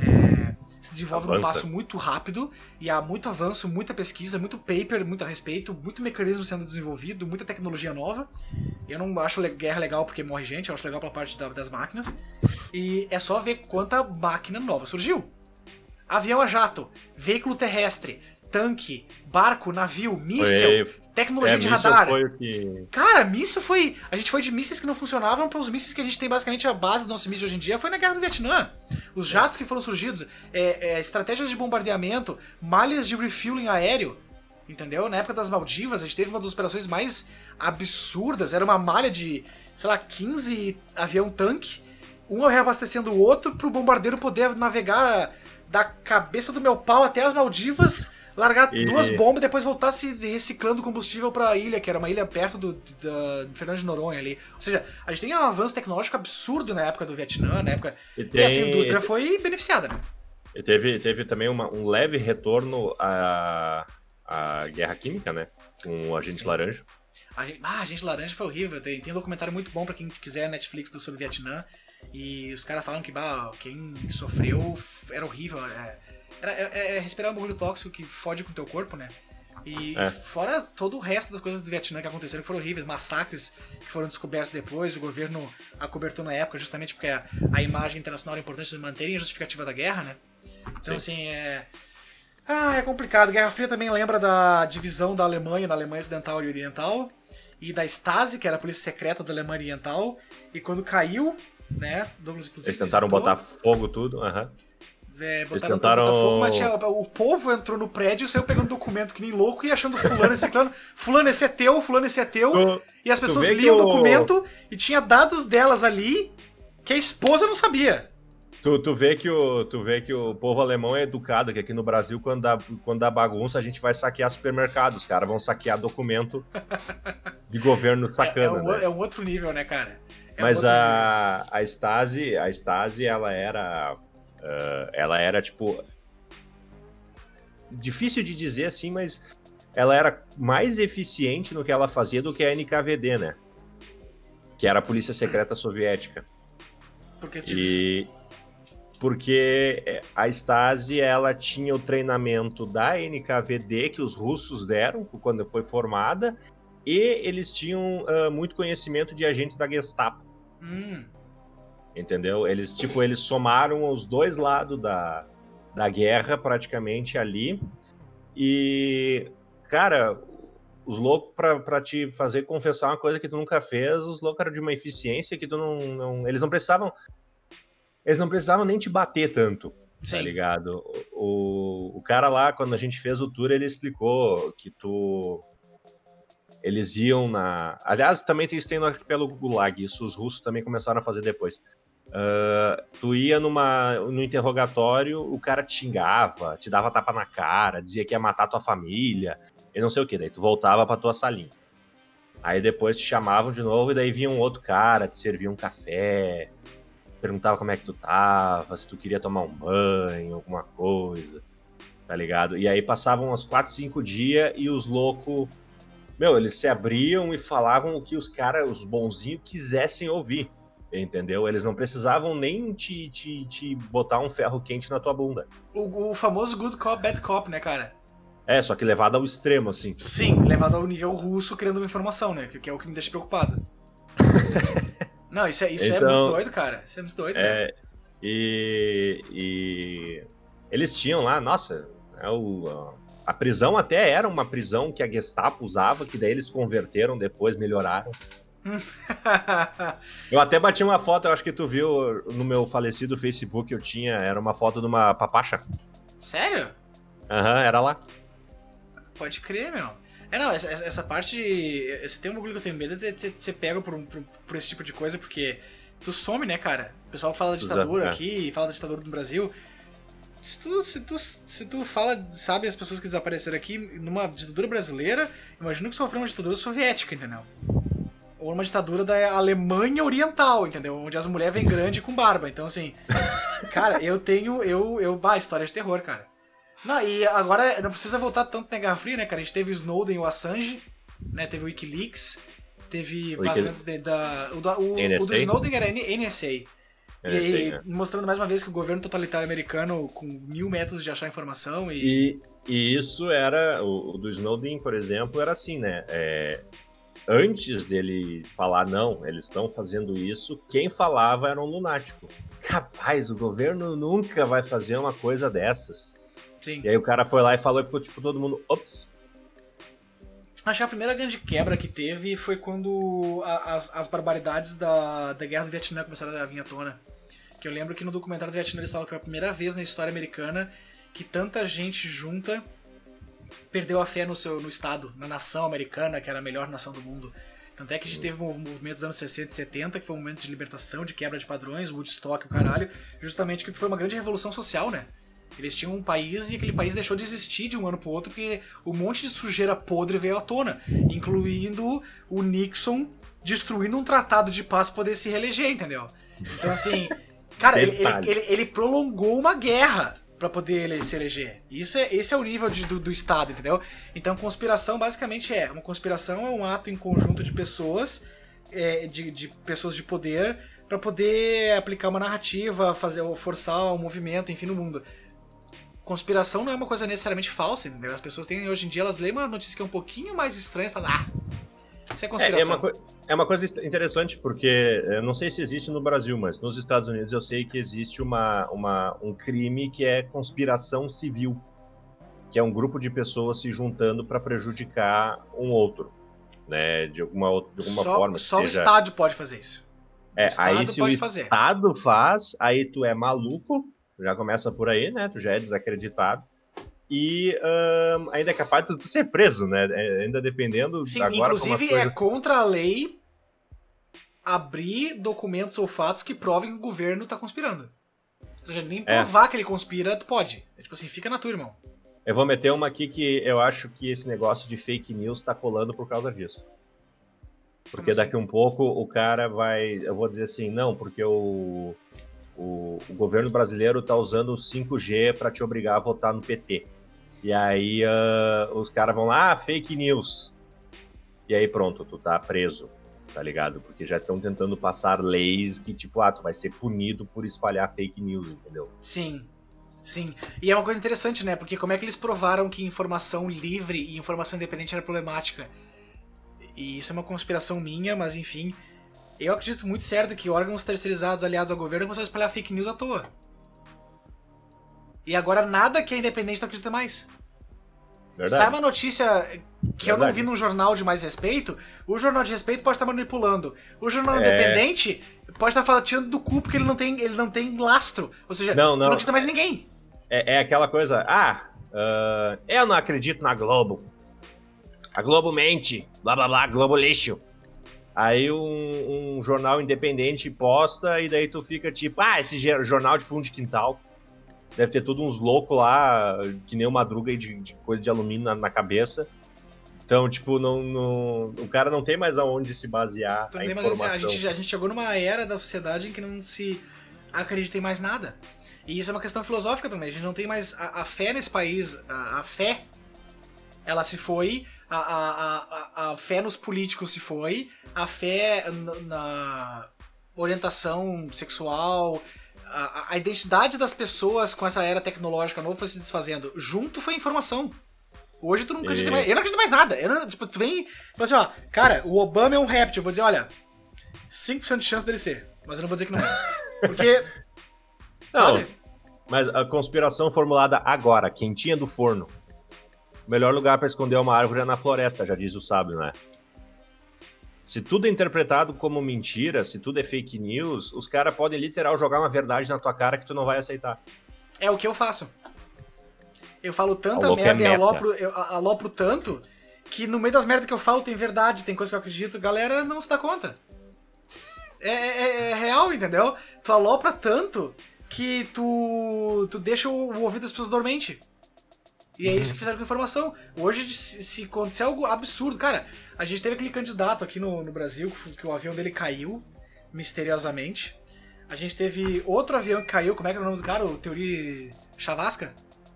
é, se desenvolve num Avança. passo muito rápido, e há muito avanço, muita pesquisa, muito paper, muito a respeito, muito mecanismo sendo desenvolvido, muita tecnologia nova. Eu não acho le- guerra legal porque morre gente, eu acho legal pela parte da- das máquinas. E é só ver quanta máquina nova surgiu. Avião a jato, veículo terrestre, tanque, barco, navio, míssil, Foi, tecnologia é, de míssil radar. foi o que. Cara, míssil foi... A gente foi de mísseis que não funcionavam para os mísseis que a gente tem basicamente a base do nosso míssil hoje em dia foi na Guerra do Vietnã. Os jatos que foram surgidos, é, é, estratégias de bombardeamento, malhas de refueling aéreo, entendeu? Na época das Maldivas, a gente teve uma das operações mais absurdas. Era uma malha de, sei lá, quinze avião-tanque, um reabastecendo o outro pro bombardeiro poder navegar da cabeça do meu pau até as Maldivas, largar E- duas bombas e depois voltar se reciclando combustível pra ilha, que era uma ilha perto do, da do Fernando de Noronha ali. Ou seja, a gente tem um avanço tecnológico absurdo na época do Vietnã, na época... E, E, tem, essa indústria foi beneficiada, né? e teve, teve também uma- um leve retorno à, à guerra química, né? Com o Agente Sim. Laranja. A gente, ah, a gente laranja foi horrível. Tem, tem um documentário muito bom pra quem quiser Netflix do sobre o Vietnã. E os caras falam que bah, quem sofreu era horrível. É, era, é, é respirar um bagulho tóxico que fode com o teu corpo, né? E É. fora todo o resto das coisas do Vietnã que aconteceram que foram horríveis, massacres que foram descobertos depois, o governo acobertou na época justamente porque a, a imagem internacional era importante de manterem a justificativa da guerra, né? Então Sim. assim, é... Ah, é complicado. Guerra Fria também lembra da divisão da Alemanha na Alemanha Ocidental e Oriental, e da Stasi, que era a polícia secreta da Alemanha Oriental, e quando caiu, né, Douglas inclusive Eles tentaram citou, botar fogo tudo. aham. é, Eles botaram tentaram- botar fogo, mas tinha- o povo entrou no prédio, saiu pegando documento que nem louco e achando fulano esse clano, fulano esse é teu, fulano esse é teu, Tu- e as tu pessoas vê que liam o o- documento e tinha dados delas ali que a esposa não sabia. Tu, tu, vê que o, tu vê que o povo alemão é educado, que aqui no Brasil, quando dá, quando dá bagunça, a gente vai saquear supermercados. Os caras vão saquear documento de governo sacana, é, é, um, né? é um outro nível, né, cara? É Mas um a, a Stasi, a Stasi, ela era... Uh, ela era, tipo... Difícil de dizer assim, mas ela era mais eficiente no que ela fazia do que a N K V D, né? Que era a Polícia Secreta Soviética. Por que e Porque a Stasi, ela tinha o treinamento da N K V D que os russos deram quando foi formada, e eles tinham uh, muito conhecimento de agentes da Gestapo. Hum. Entendeu? Eles, tipo, eles somaram os dois lados da, da guerra praticamente ali. E, cara, os loucos, pra, pra te fazer confessar uma coisa que tu nunca fez, os loucos eram de uma eficiência que tu não... não eles não precisavam... Eles não precisavam nem te bater tanto, Sim. Tá ligado? O, o cara lá, quando a gente fez o tour, ele explicou que tu... Eles iam na... Aliás, também tem isso tem no arquipélago Gulag, isso os russos também começaram a fazer depois. Uh, tu ia numa, no interrogatório, o cara te xingava, te dava tapa na cara, dizia que ia matar tua família, e não sei o que, daí tu voltava pra tua salinha. Aí depois te chamavam de novo, e daí vinha um outro cara, te servia um café, perguntava como é que tu tava, se tu queria tomar um banho, alguma coisa, tá ligado? E aí passavam uns quatro, cinco dias e os loucos, meu, eles se abriam e falavam o que os caras, os bonzinhos, quisessem ouvir, entendeu? Eles não precisavam nem te, te, te botar um ferro quente na tua bunda. O, o famoso good cop, bad cop, né, cara? É, só que levado ao extremo, assim. Sim, levado ao nível russo, criando uma informação, né? Que, que é o que me deixa preocupado. Não, isso, é, isso então, é muito doido, cara. Isso é muito doido, é, cara. E, e eles tinham lá, nossa, é o, a, a prisão até era uma prisão que a Gestapo usava, que daí eles converteram depois, melhoraram. Eu até bati uma foto, eu acho que tu viu no meu falecido Facebook, eu tinha, era uma foto de uma papacha. Sério? Aham, uhum, era lá. Pode crer, meu. É, não, essa, essa parte... Você tem um bagulho que eu tenho medo de ser, de ser pego por, por, por esse tipo de coisa, porque tu some, né, cara? O pessoal fala da ditadura Exato, aqui, é. fala da ditadura no Brasil. Se tu, se, tu, se tu fala, sabe, as pessoas que desapareceram aqui numa ditadura brasileira, imagina que sofreu uma ditadura soviética, entendeu? Ou uma ditadura da Alemanha Oriental, entendeu? Onde as mulheres vêm grande com barba. Então, assim, cara, eu tenho... Eu, eu, bah, história de terror, cara. Não, e agora não precisa voltar tanto na Guerra Fria, né, cara? A gente teve o Snowden e o Assange, né? Teve o Wikileaks, teve vazamento de, da... O, da, o, o do Snowden era N S A. N S A, e né? Mostrando mais uma vez que o governo totalitário americano, com mil métodos de achar informação e... E, e isso era... O, o do Snowden, por exemplo, era assim, né? É, antes dele falar, não, eles estão fazendo isso, quem falava era um lunático. Rapaz, o governo nunca vai fazer uma coisa dessas. Sim. E aí o cara foi lá e falou e ficou tipo todo mundo, ops. Acho que a primeira grande quebra que teve foi quando a, as, as barbaridades da, da Guerra do Vietnã começaram a vir à tona. Que eu lembro que no documentário do Vietnã eles falam que foi a primeira vez na história americana que tanta gente junta perdeu a fé no, seu, no Estado, na nação americana, que era a melhor nação do mundo. Tanto é que a gente teve um movimento dos anos sessenta e setenta, que foi um momento de libertação, de quebra de padrões, Woodstock, o caralho, justamente que foi uma grande revolução social, né? Eles tinham um país e aquele país deixou de existir de um ano pro outro porque um monte de sujeira podre veio à tona, incluindo o Nixon destruindo um tratado de paz pra poder se reeleger, entendeu? Então, assim, cara, ele, ele, ele, ele prolongou uma guerra pra poder ele se eleger. Isso é, esse é o nível de, do, do Estado, entendeu? Então, conspiração basicamente é, uma conspiração é um ato em conjunto de pessoas, é, de, de pessoas de poder, pra poder aplicar uma narrativa, fazer, ou forçar um movimento, enfim, no mundo. Conspiração não é uma coisa necessariamente falsa, entendeu? As pessoas têm, hoje em dia, elas leem uma notícia que é um pouquinho mais estranha e falam, ah, isso é conspiração. É, é, uma, é uma coisa interessante, porque eu não sei se existe no Brasil, mas nos Estados Unidos eu sei que existe uma, uma, um crime que é conspiração civil, que é um grupo de pessoas se juntando para prejudicar um outro, né? De alguma, de alguma só, forma. Só seja... o Estado pode fazer isso. É, aí se o fazer. Estado faz, aí tu é maluco, já começa por aí, né? Tu já é desacreditado. E um, ainda é capaz de tu ser preso, né? Ainda dependendo... Sim, agora inclusive coisa... é contra a lei abrir documentos ou fatos que provem que o governo tá conspirando. Ou seja, nem provar é. que ele conspira, tu pode. É tipo assim, fica na tua, irmão. Eu vou meter uma aqui que eu acho que esse negócio de fake news tá colando por causa disso. Porque assim? Daqui um pouco o cara vai... Eu vou dizer assim, não, porque o, o, o governo brasileiro tá usando o cinco G para te obrigar a votar no P T. E aí uh, os caras vão lá, ah, fake news. E aí pronto, tu tá preso, tá ligado? Porque já estão tentando passar leis que tipo, ah, tu vai ser punido por espalhar fake news, entendeu? Sim. Sim, e é uma coisa interessante, né? Porque como é que eles provaram que informação livre e informação independente era problemática? E isso é uma conspiração minha, mas enfim, eu acredito muito certo que órgãos terceirizados aliados ao governo começaram a espalhar fake news à toa. E agora nada que é independente não acredita mais. Verdade. Sai uma notícia que Verdade. eu não vi num jornal de mais respeito, o jornal de respeito pode estar manipulando. O jornal é... independente pode estar falando, tirando do cu porque ele não tem, ele não tem lastro. Ou seja, não, tu não. não acredita mais ninguém. É, é aquela coisa, ah, uh, eu não acredito na Globo. A Globo mente, blá blá blá, Globo lixo. Aí um, um jornal independente posta e daí tu fica tipo, ah, esse jornal de fundo de quintal. Deve ter tudo uns loucos lá, que nem uma madruga de, de coisa de alumínio na, na cabeça. Então, tipo, não, não, o cara não tem mais aonde se basear então, a informação. informação. A gente, a gente chegou numa era da sociedade em que não se acredita em mais nada. E isso é uma questão filosófica também. A gente não tem mais a, a fé nesse país. A, a fé, ela se foi. A, a, a, a fé nos políticos se foi. A fé na, na orientação sexual. A, a identidade das pessoas com essa era tecnológica nova foi se desfazendo. Junto foi a informação. Hoje tu não acredita e... mais. Eu não acredito mais nada. Eu não, tipo, tu vem e fala assim, ó, cara, o Obama é um réptil. Eu vou dizer, olha, cinco por cento de chance dele ser. Mas eu não vou dizer que não é. Porque. Não, sabe? Mas a conspiração formulada agora, quentinha do forno. O melhor lugar para esconder uma árvore é na floresta, já diz o sábio, né? Se tudo é interpretado como mentira, se tudo é fake news, os caras podem literal jogar uma verdade na tua cara que tu não vai aceitar. É o que eu faço. Eu falo tanta Alô, merda é e alopro, eu alopro tanto que no meio das merdas que eu falo tem verdade, tem coisa que eu acredito, galera não se dá conta. É, é, é real, entendeu? Tu alopra tanto que tu, tu deixa o, o ouvido das pessoas dormente. E é isso que fizeram com a informação. Hoje, se, se acontecer algo absurdo... Cara, a gente teve aquele candidato aqui no, no Brasil, que, que o avião dele caiu, misteriosamente. A gente teve outro avião que caiu, como é que era o nome do cara? O Teori Chavasca?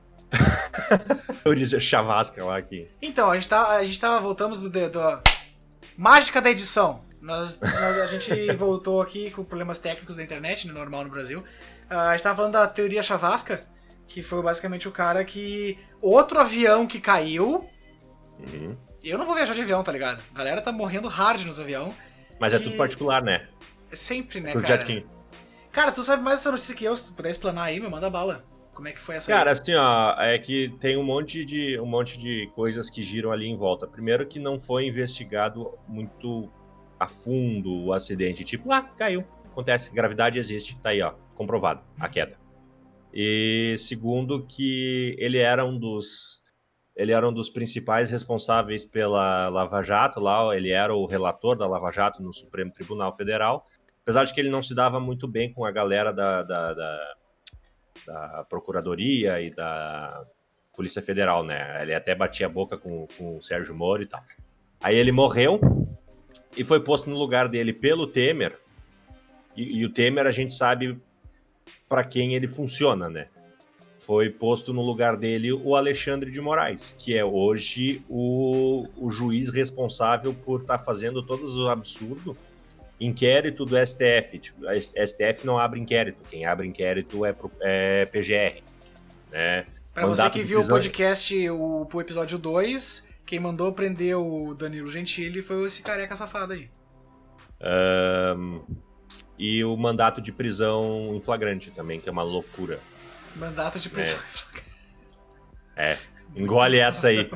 Eu disse Chavasca lá aqui. Então, a gente, tá, a gente tava, voltamos do, do, do... Mágica da edição. Nós, nós, a gente voltou aqui com problemas técnicos da internet, né, normal no Brasil. Uh, a gente tava falando da teoria Chavasca, que foi basicamente o cara que... Outro avião que caiu... Uhum. Eu não vou viajar de avião, tá ligado? A galera tá morrendo hard nos aviões. Mas que... é tudo particular, né? Sempre, né, Pro cara? Jet King. Cara, tu sabe mais essa notícia que eu, se tu puder explanar aí, me manda bala. Como é que foi essa Cara, aí? assim, ó, é que tem um monte de um monte de coisas que giram ali em volta. Primeiro que não foi investigado muito a fundo o acidente. Tipo, ah, caiu. Acontece, gravidade existe, tá aí, ó, comprovado, a queda. E segundo que ele era um dos ele era um dos principais responsáveis pela Lava Jato, lá ele era o relator da Lava Jato no Supremo Tribunal Federal, apesar de que ele não se dava muito bem com a galera da, da, da, da Procuradoria e da Polícia Federal, né? Ele até batia a boca com, com o Sérgio Moro e tal. Aí ele morreu e foi posto no lugar dele pelo Temer, e, e o Temer a gente sabe para quem ele funciona, né? Foi posto no lugar dele o Alexandre de Moraes, que é hoje o, o juiz responsável por estar tá fazendo todos os absurdos. Inquérito do S T F. Tipo, a S T F não abre inquérito. Quem abre inquérito é, pro, é P G R. Né? Pra você que viu o podcast, o, o episódio dois, quem mandou prender o Danilo Gentili foi esse careca safado aí. Um, e o mandato de prisão em flagrante também, que é uma loucura. Mandato de prisão. É, é. Engole essa aí.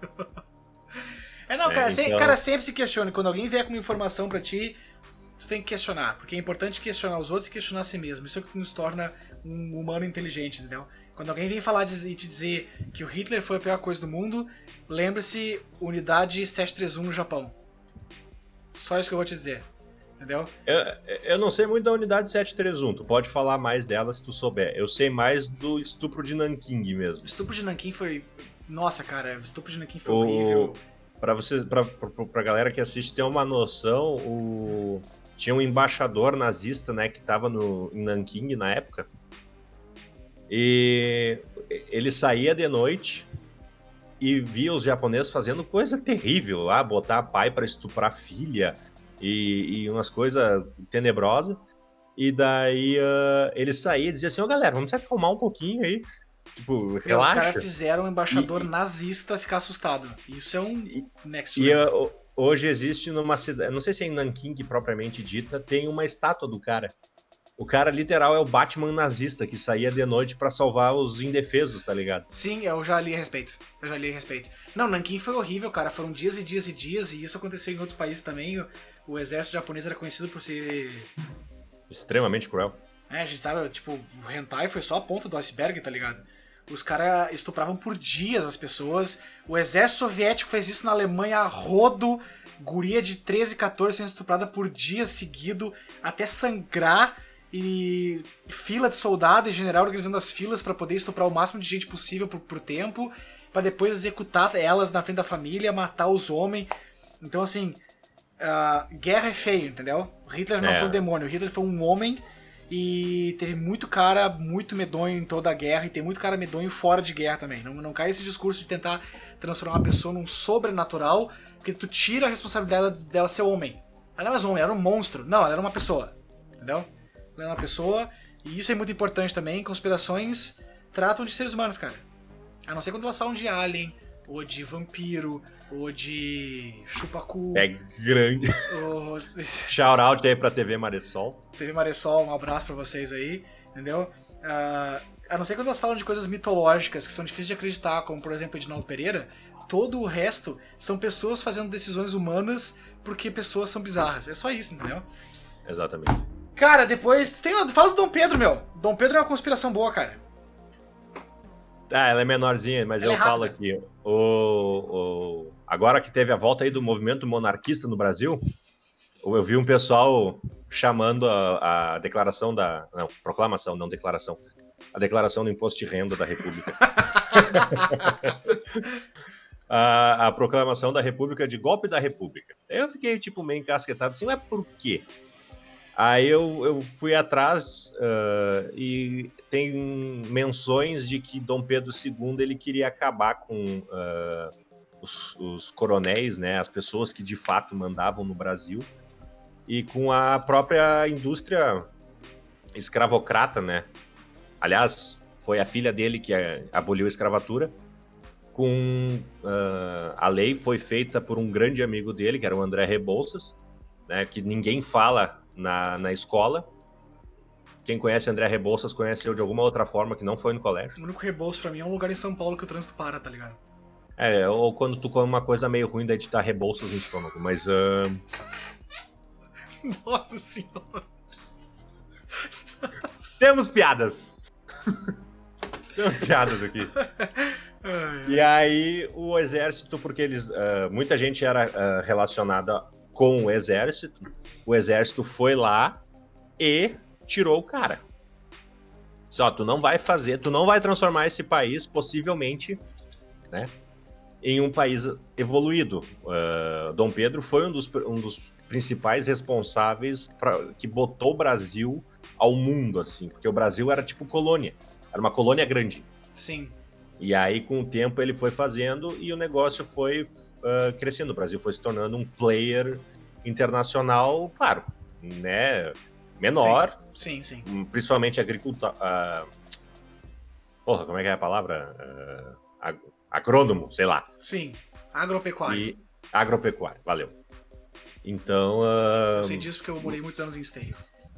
É, não, cara, é, se, então... cara, sempre se questione. Quando alguém vier com uma informação pra ti, tu tem que questionar. Porque é importante questionar os outros e questionar a si mesmo. Isso é o que nos torna um humano inteligente, entendeu? Quando alguém vem falar e te dizer que o Hitler foi a pior coisa do mundo, lembre-se, unidade sete três um no Japão. Só isso que eu vou te dizer. entendeu? Eu, eu não sei muito da unidade sete três um, tu pode falar mais dela se tu souber. Eu sei mais do estupro de Nanking mesmo. O estupro de Nanking foi... Nossa, cara, o estupro de Nanking foi O... horrível. Pra, você, pra, pra, pra galera que assiste ter uma noção, o... tinha um embaixador nazista, né, que tava no, em Nanking na época. E ele saía de noite e via os japoneses fazendo coisa terrível lá, botar pai pra estuprar filha e, e umas coisas tenebrosas. E daí uh, ele saía e dizia assim, ô oh, galera, vamos se acalmar um pouquinho aí. Tipo, Meu, relaxa. os caras fizeram um embaixador e, nazista ficar assustado. Isso é um e, next E level. uh, hoje existe numa cidade, não sei se é em Nanking propriamente dita, tem uma estátua do cara. O cara, literal, é o Batman nazista que saía de noite pra salvar os indefesos, tá ligado? Sim, eu já li a respeito. Eu já li a respeito. Não, Nanking foi horrível, cara. Foram dias e dias e dias, e isso aconteceu em outros países também. O, o exército japonês era conhecido por ser... Extremamente cruel. É, a gente sabe, tipo, o hentai foi só a ponta do iceberg, tá ligado? Os caras estupravam por dias as pessoas. O exército soviético fez isso na Alemanha a rodo. Guria de treze, quatorze sendo estuprada por dias seguido, até sangrar. E fila de soldado e general organizando as filas pra poder estuprar o máximo de gente possível por, por tempo, pra depois executar elas na frente da família, matar os homens. Então, assim, uh, guerra é feio, entendeu? Hitler não é. foi um demônio, Hitler foi um homem e teve muito cara muito medonho em toda a guerra e tem muito cara medonho fora de guerra também. Não, não cai esse discurso de tentar transformar uma pessoa num sobrenatural, porque tu tira a responsabilidade dela, dela ser homem. Ela não é mais homem, ela era um monstro. Não, ela era uma pessoa, entendeu? Ela é uma pessoa, e isso é muito importante também. Conspirações tratam de seres humanos, cara. A não ser quando elas falam de alien, ou de vampiro, ou de chupacu. É grande. Ou... Shout out aí pra T V Maressol. T V Maressol, um abraço pra vocês aí, entendeu? Uh, a não ser quando elas falam de coisas mitológicas, que são difíceis de acreditar, como por exemplo Edinaldo Pereira, todo o resto são pessoas fazendo decisões humanas porque pessoas são bizarras. É só isso, entendeu? Exatamente. Cara, depois... Tem, fala do Dom Pedro, meu. Dom Pedro é uma conspiração boa, cara. Ah, ela é menorzinha, mas ela eu é falo aqui. O, o, agora que teve a volta aí do movimento monarquista no Brasil, eu vi um pessoal chamando a, a declaração da... Não, proclamação, não declaração. A declaração do imposto de renda da República. a, a proclamação da República de golpe da República. Eu fiquei, tipo, meio encasquetado assim, ué, por quê? Aí eu, eu fui atrás uh, e tem menções de que Dom Pedro segundo ele queria acabar com uh, os, os coronéis, né, as pessoas que de fato mandavam no Brasil, e com a própria indústria escravocrata, né? Aliás, foi a filha dele que aboliu a escravatura. Com, uh, a lei foi feita por um grande amigo dele, que era o André Rebouças, né, que ninguém fala Na, na escola. Quem conhece André Rebouças conheceu de alguma outra forma que não foi no colégio. O único Rebouças pra mim é um lugar em São Paulo que o trânsito para, tá ligado? É, ou quando tu come uma coisa meio ruim, daí te dá Rebouças no estômago, mas... Uh... Nossa senhora! Temos piadas! Temos piadas aqui. E aí, o exército, porque eles... Uh, muita gente era uh, relacionada com o exército, o exército foi lá e tirou o cara. Só, tu não vai fazer, tu não vai transformar esse país, possivelmente, né, em um país evoluído. Uh, Dom Pedro foi um dos, um dos principais responsáveis pra, que botou o Brasil ao mundo, assim, porque o Brasil era tipo colônia, era uma colônia grande. Sim. E aí, com o tempo, ele foi fazendo e o negócio foi uh, crescendo. O Brasil foi se tornando um player internacional, claro, né, menor. Sim, sim. sim. Principalmente agricultor... Uh, porra, como é que é a palavra? Uh, ag agrônomo, sei lá. Sim, agropecuário. E agropecuário, valeu. Então... Uh... Eu sei disso porque eu morei muitos anos em Esteio.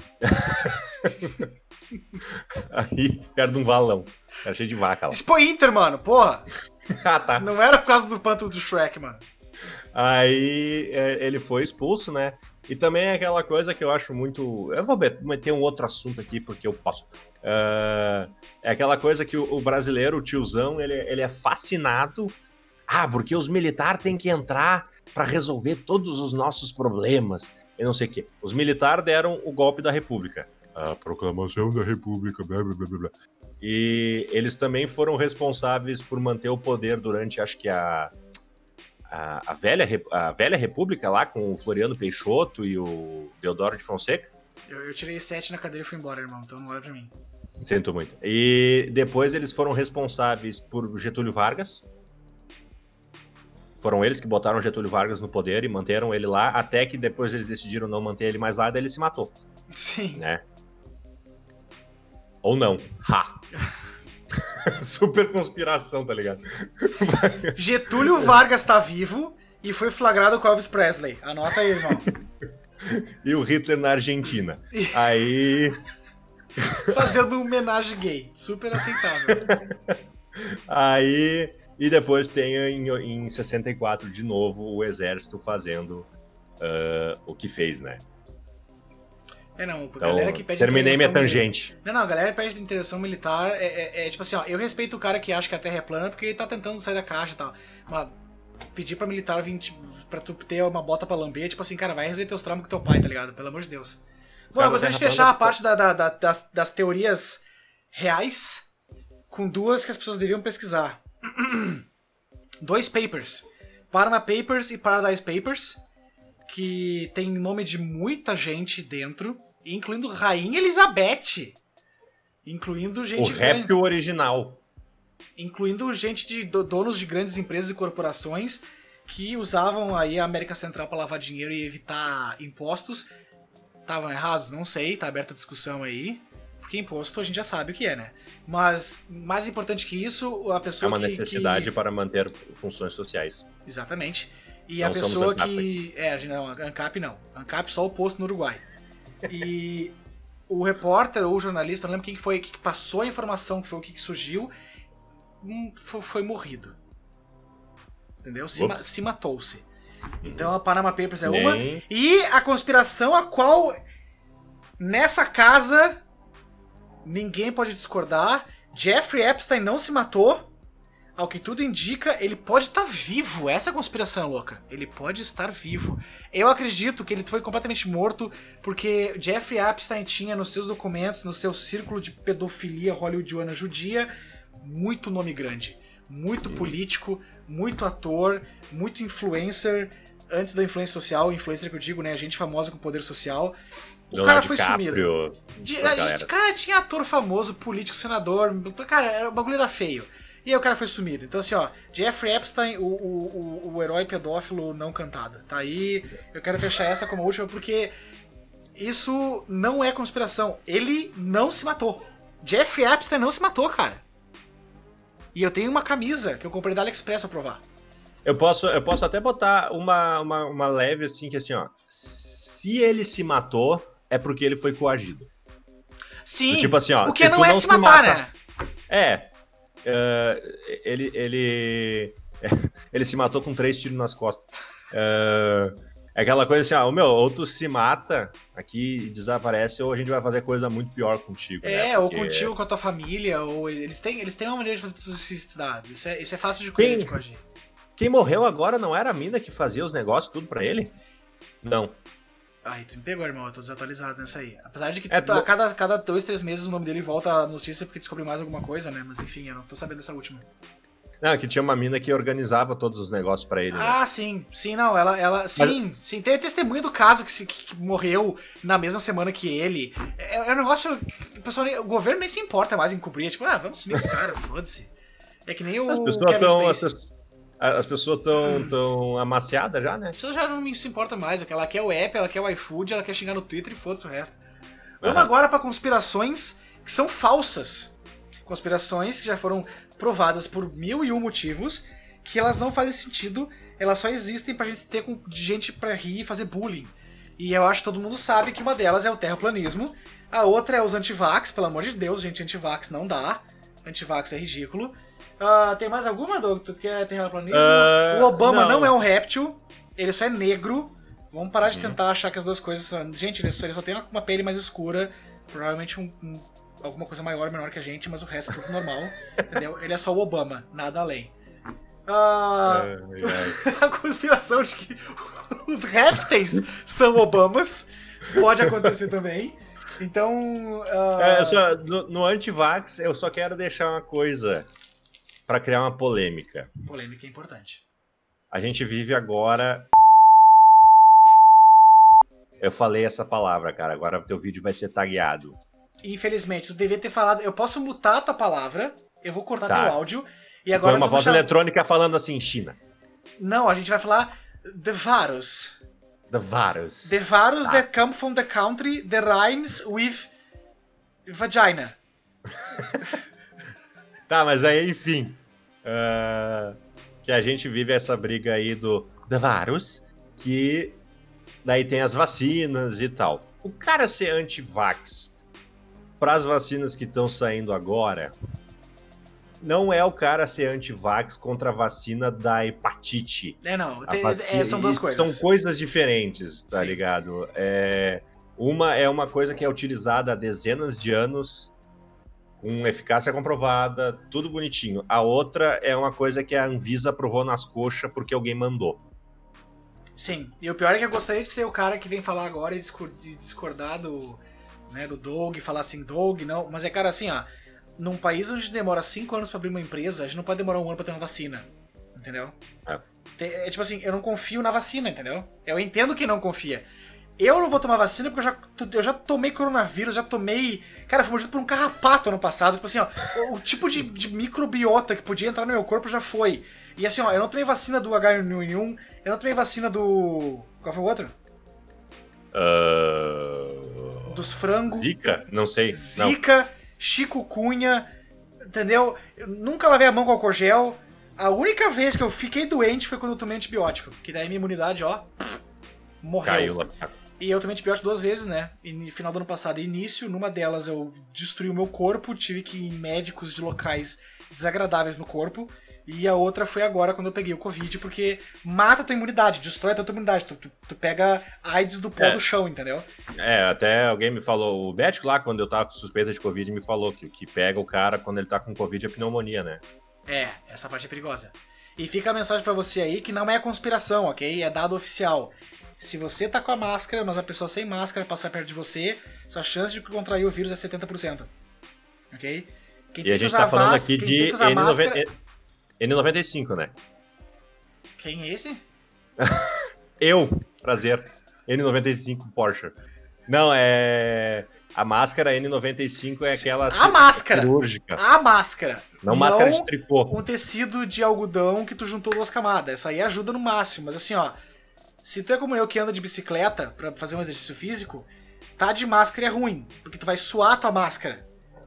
Aí, perto de um valão. Era cheio de vaca lá. Expo Inter, mano, porra! Ah, tá. Não era por causa do panto do Shrek, mano. Aí ele foi expulso, né? E também é aquela coisa que eu acho muito... Eu vou meter um outro assunto aqui porque eu posso. Uh, é aquela coisa que o, o brasileiro, o tiozão, ele, ele é fascinado. Ah, porque os militares têm que entrar para resolver todos os nossos problemas. e não sei o quê. Os militares deram o golpe da República. A proclamação da República, blá, blá, blá, blá. E eles também foram responsáveis por manter o poder durante, acho que a, a, a, velha, a velha República lá, com o Floriano Peixoto e o Deodoro de Fonseca. Eu, eu tirei sete na cadeira e fui embora, irmão, então não olha pra mim. Sinto muito. E depois eles foram responsáveis por Getúlio Vargas. Foram eles que botaram Getúlio Vargas no poder e manteram ele lá, até que depois eles decidiram não manter ele mais lá, daí ele se matou. Sim. Né? Ou não. Ha! Super conspiração, tá ligado? Getúlio Vargas tá vivo e foi flagrado com Elvis Presley. Anota aí, irmão. E o Hitler na Argentina. Aí... Fazendo uma homenagem gay. Super aceitável. Aí... E depois tem em, em sessenta e quatro de novo o exército fazendo uh, o que fez, né? É, não, a então, galera que pede terminei minha tangente. Militar... Não, não, a galera que pede intervenção militar é, é, é tipo assim, ó, eu respeito o cara que acha que a Terra é plana porque ele tá tentando sair da caixa e tal. Mas pedir pra militar vir, tipo, pra tu ter uma bota pra lamber, tipo assim, cara, vai resolver teus traumas com teu pai, tá ligado? Pelo amor de Deus. Bom, cara, eu gostaria de fechar plana... a parte da, da, da, das, das teorias reais com duas que as pessoas deviam pesquisar. Dois papers. Panama Papers e Paradise Papers, que tem nome de muita gente dentro, incluindo Rainha Elizabeth. Incluindo gente... O rap grande, original. Incluindo gente de donos de grandes empresas e corporações que usavam aí a América Central para lavar dinheiro e evitar impostos. Estavam errados? Não sei, tá aberta a discussão aí. Porque imposto a gente já sabe o que é, né? Mas, mais importante que isso, a pessoa que... É uma que, necessidade que... para manter funções sociais. Exatamente. E não a pessoa que... É, não, ANCAP não. ANCAP só o posto no Uruguai. E o repórter ou o jornalista, não lembro quem foi que passou a informação, que foi o que surgiu, foi, foi morrido. Entendeu? Se, ma se matou-se. Então a Panama Papers é uma. Nem... E a conspiração a qual, nessa casa, ninguém pode discordar. Jeffrey Epstein não se matou. Ao que tudo indica, ele pode estar vivo. Essa é a conspiração louca. Ele pode estar vivo. Eu acredito que ele foi completamente morto porque Jeffrey Epstein tinha nos seus documentos, no seu círculo de pedofilia hollywoodiana judia, muito nome grande. Muito político, muito ator, muito influencer. Antes da influência social, influencer que eu digo, né? Gente famosa com poder social. O Leonardo cara foi DiCaprio, sumido. De, a gente, cara, tinha ator famoso, político, senador. Cara, era, o bagulho era feio. E aí o cara foi sumido. Então assim, ó, Jeffrey Epstein, o, o, o, o herói pedófilo não cantado. Tá aí, eu quero fechar essa como a última, porque isso não é conspiração. Ele não se matou. Jeffrey Epstein não se matou, cara. E eu tenho uma camisa que eu comprei da AliExpress pra provar. Eu posso, eu posso até botar uma, uma, uma leve assim, que assim, ó. Se ele se matou, é porque ele foi coagido. Sim, tipo assim, ó, o que tipo, não é não se se matar, mata. né? É. Uh, ele, ele, ele se matou com três tiros nas costas. Uh, é aquela coisa assim, ah, o meu, ou tu se mata aqui e desaparece, ou a gente vai fazer coisa muito pior contigo. É, né? Porque... ou contigo, com a tua família, ou eles têm, eles têm uma maneira de fazer toxicidade. Isso é, isso é fácil de correr, de corrigir. Quem morreu agora não era a mina que fazia os negócios tudo pra ele? Não. Ai, tu me pegou, irmão, eu tô desatualizado nessa aí. Apesar de que é, tu, a cada, cada dois, três meses o nome dele volta à notícia porque descobriu mais alguma coisa, né? Mas enfim, eu não tô sabendo dessa última. Não, que tinha uma mina que organizava todos os negócios pra ele. Ah, né? sim, sim, não, ela, ela sim, Mas... sim, tem testemunho do caso que, se, que morreu na mesma semana que ele. É, é um negócio, o, pessoal, o governo nem se importa mais em cobrir, tipo, ah, vamos sumir esse cara, foda-se. É que nem o as pessoas Kevin tão, Spacey. As, as pessoas estão tão amaciadas já, né? As pessoas já não se importam mais, ela quer o app, ela quer o iFood, ela quer xingar no Twitter e foda-se o resto. Vamos uhum. agora pra conspirações que são falsas. Conspirações que já foram provadas por mil e um motivos, que elas não fazem sentido, elas só existem pra gente ter gente pra rir e fazer bullying. E eu acho que todo mundo sabe que uma delas é o terraplanismo, a outra é os antivax, pelo amor de Deus, gente, antivax não dá, antivax é ridículo. Uh, tem mais alguma, Doug? Tu quer terraplanismo? Uh, o Obama não. não é um réptil, ele só é negro. Vamos parar de hum. tentar achar que as duas coisas são... Gente, ele só, ele só tem uma pele mais escura, provavelmente um, um, alguma coisa maior ou menor que a gente, mas o resto é tudo normal, entendeu? Ele é só o Obama, nada além. Ah, Ai, ai. a conspiração de que os répteis são Obamas pode acontecer também. Então. ah, É, eu só- no, no anti-vax, eu só quero deixar uma coisa pra criar uma polêmica. Polêmica é importante. A gente vive agora. Eu falei essa palavra, cara. Agora o teu vídeo vai ser tagueado. Infelizmente, tu devia ter falado. Eu posso mutar a tua palavra, eu vou cortar Tá. teu áudio. E Põe agora uma nós vamos voz chamar- eletrônica falando assim, China. Não, a gente vai falar the virus. The virus. The virus Tá. that come from the country that rhymes with vagina. Tá, mas aí, enfim. ah, que a gente vive essa briga aí do The virus, que daí tem as vacinas e tal. O cara ser anti-vax para as vacinas que estão saindo agora não é o cara ser anti-vax contra a vacina da hepatite. É, não. A tem- vacina- é, são duas e coisas. São coisas diferentes, tá Sim. ligado? É, uma é uma coisa que é utilizada há dezenas de anos, com eficácia comprovada, tudo bonitinho. A outra é uma coisa que a Anvisa aprovou nas coxas porque alguém mandou. Sim. E o pior é que eu gostaria de ser o cara que vem falar agora e discor- de discordar do, né, do Doug, falar assim, Doug, não. Mas é, cara, assim, ó. Num país onde demora cinco anos pra abrir uma empresa, a gente não pode demorar um ano pra ter uma vacina. Entendeu? É. Tem- É tipo assim, eu não confio na vacina, entendeu? Eu entendo quem não confia. Eu não vou tomar vacina porque eu já, eu já tomei coronavírus, já tomei. Cara, eu fui mordido por um carrapato ano passado. Tipo assim, ó, o, o tipo de, de microbiota que podia entrar no meu corpo já foi. E assim, ó, eu não tomei vacina do agá um ene um, eu não tomei vacina do. Qual foi o outro? Ah, Dos frangos. Zika? Não sei. Não. Zika, chikungunya, entendeu? Eu nunca lavei a mão com álcool gel. A única vez que eu fiquei doente foi quando eu tomei antibiótico. Que daí minha imunidade, ó, morreu. Caiu lá. E eu tomei antibiótico duas vezes, né? E no final do ano passado, início, numa delas eu destruí o meu corpo, tive que ir em médicos de locais desagradáveis no corpo. E a outra foi agora, quando eu peguei o Covid, porque mata a tua imunidade, destrói a tua imunidade. Tu, tu, tu pega AIDS do pó É. do chão, entendeu? É, até alguém me falou, o médico lá, quando eu tava com suspeita de Covid, me falou que o que pega o cara quando ele tá com Covid é pneumonia, né? É, essa parte é perigosa. E fica a mensagem pra você aí que não é conspiração, ok? É dado oficial. Se você tá com a máscara, mas a pessoa sem máscara passar perto de você, sua chance de contrair o vírus é setenta por cento. Ok? Quem E a gente tá falando vas- aqui quem de tem que usar N noventa máscara- N noventa e cinco, né? Quem é esse? Eu, prazer. N noventa e cinco Porsche. Não, é... A máscara N noventa e cinco é aquela A máscara! cirúrgica. A máscara! Não máscara de tricô. um tecido de algodão que tu juntou duas camadas. Essa aí ajuda no máximo. Mas assim, ó, se tu é como eu que anda de bicicleta pra fazer um exercício físico, tá de máscara é ruim, porque tu vai suar a tua máscara.